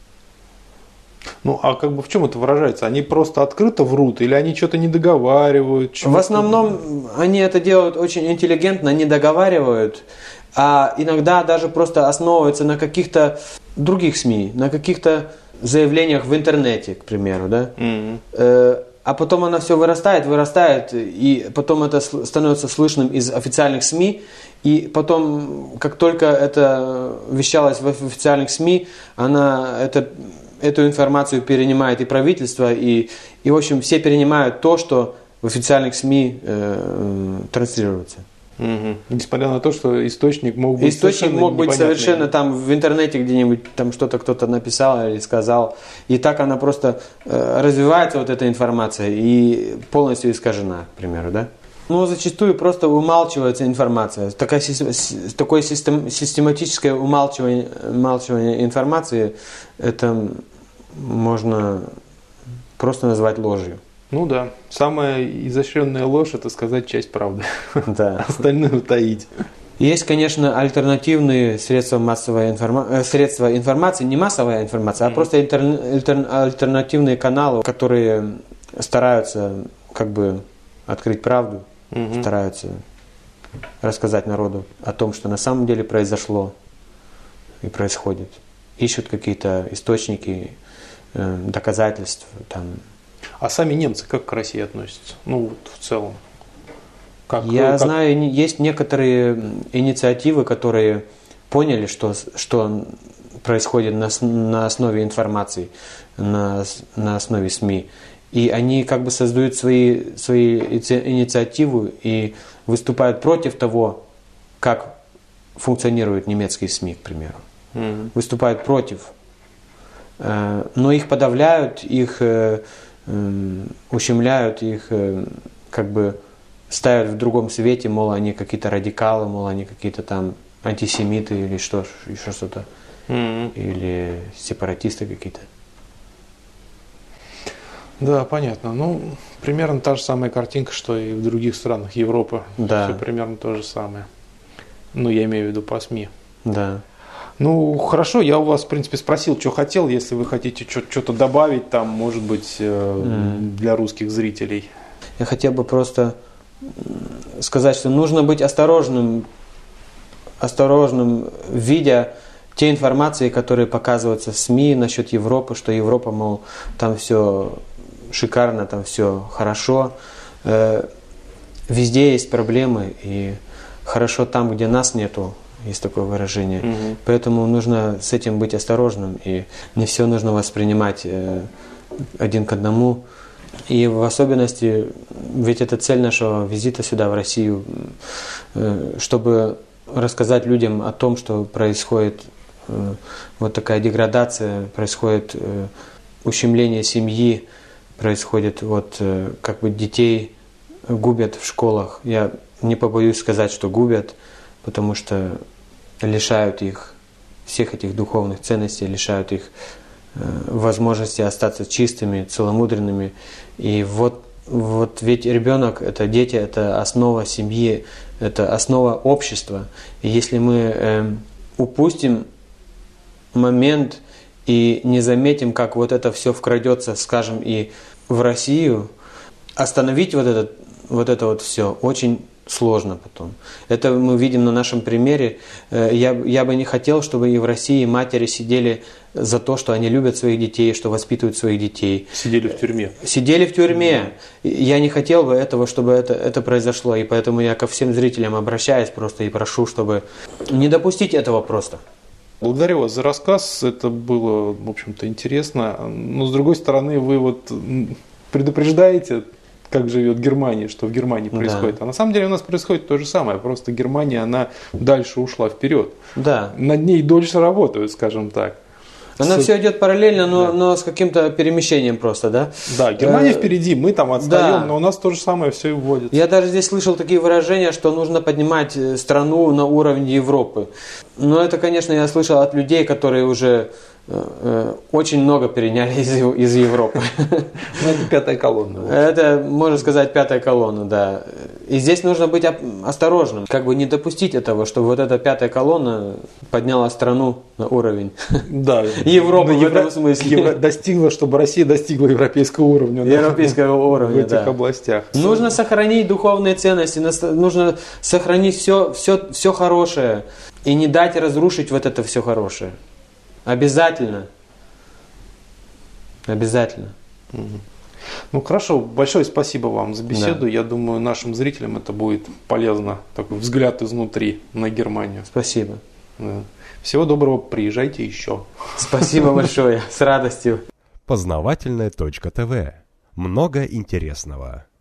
Ну, а как бы в чем это выражается? Они просто открыто врут или они что-то не договаривают? В основном они это делают очень интеллигентно, не договаривают, а иногда даже просто основываются на каких-то других СМИ, на каких-то заявлениях в интернете, к примеру, да? Mm-hmm. А потом оно все вырастает, вырастает, и потом это становится слышным из официальных СМИ, и потом, как только это вещалось в официальных СМИ, она это, эту информацию перенимает и правительство, и, и в общем все перенимают то, что в официальных СМИ э, транслируется. Угу. Несмотря на то, что источник мог быть источник совершенно мог быть непонятный. совершенно там в интернете где-нибудь там что-то кто-то написал или сказал, и так она просто э, развивается, вот эта информация, и полностью искажена, к примеру, да? Ну, зачастую просто умалчивается информация. Такая, такое систем, систематическое умалчивание, умалчивание информации, это можно просто назвать ложью. Ну да, самая изощренная ложь – это сказать часть правды, да. Остальное утаить. Есть, конечно, альтернативные средства массовой информации, средства информации, не массовая информация, mm-hmm. а просто интер, альтер, альтернативные каналы, которые стараются как бы открыть правду, mm-hmm. стараются рассказать народу о том, что на самом деле произошло и происходит. Ищут какие-то источники, э, доказательств там. А сами немцы как к России относятся? Ну, вот в целом. Как, Я как... знаю, есть некоторые инициативы, которые поняли, что, что происходит на, на основе информации, на, на основе СМИ. И они как бы создают свои, свои инициативы и выступают против того, как функционируют немецкие СМИ, к примеру. Mm-hmm. Выступают против. Но их подавляют, их ущемляют, их как бы ставят в другом свете, мол, они какие-то радикалы, мол, они какие-то там антисемиты или что, еще что-то, mm-hmm. или сепаратисты какие-то. Да, понятно. Ну, примерно та же самая картинка, что и в других странах Европы. Да. Все примерно то же самое. Ну, я имею в виду по СМИ. Да. Ну, хорошо, я у вас, в принципе, спросил, что хотел, если вы хотите что-то добавить, там, может быть, mm. для русских зрителей. Я хотел бы просто сказать, что нужно быть осторожным, осторожным, видя те информации, которые показываются в СМИ насчет Европы, что Европа, мол, там все шикарно, там все хорошо. Везде есть проблемы, и хорошо там, где нас нету. Есть такое выражение. Угу. Поэтому нужно с этим быть осторожным. И не все нужно воспринимать э, один к одному. И в особенности, ведь это цель нашего визита сюда, в Россию, э, чтобы рассказать людям о том, что происходит э, вот такая деградация, происходит э, ущемление семьи, происходит вот э, как бы детей губят в школах. Я не побоюсь сказать, что губят, потому что лишают их всех этих духовных ценностей, лишают их э, возможности остаться чистыми, целомудренными. И вот, вот ведь ребенок, это дети, это основа семьи, это основа общества. И если мы э, упустим момент и не заметим, как вот это все вкрадется, скажем, и в Россию, остановить вот это вот, это вот все очень сложно потом. Это мы видим на нашем примере. Я, я бы не хотел, чтобы и в России матери сидели за то, что они любят своих детей, что воспитывают своих детей. Сидели в тюрьме. Сидели в тюрьме. Я не хотел бы этого, чтобы это, это произошло. И поэтому я ко всем зрителям обращаюсь просто и прошу, чтобы не допустить этого просто. Благодарю вас за рассказ. Это было, в общем-то, интересно. Но, с другой стороны, вы вот предупреждаете, как живет Германия, что в Германии происходит. Да. А на самом деле у нас происходит то же самое, просто Германия, она дальше ушла вперед. Да. Над ней дольше работают, скажем так. Она с... все идет параллельно, но, да. но с каким-то перемещением просто, да? Да, Германия э... впереди, мы там отстаем, да. но у нас то же самое все и вводится. Я даже здесь слышал такие выражения, что нужно поднимать страну на уровень Европы. Но это, конечно, я слышал от людей, которые уже очень много переняли из, из Европы. Это пятая колонна. Это, можно сказать, пятая колонна, да. И здесь нужно быть осторожным, как бы не допустить этого, чтобы вот эта пятая колонна подняла страну на уровень да, Европы в этом смысле. Евро, достигла, чтобы Россия достигла европейского уровня. Европейского да, уровня, в этих да. областях. Нужно сохранить духовные ценности, нужно сохранить все, все, все хорошее и не дать разрушить вот это все хорошее. Обязательно. Обязательно. Ну хорошо, большое спасибо вам за беседу. Да. Я думаю, нашим зрителям это будет полезно. Такой взгляд изнутри на Германию. Спасибо. Да. Всего доброго, приезжайте еще. Спасибо большое, с радостью. Познавательная точка ТВ. Много интересного.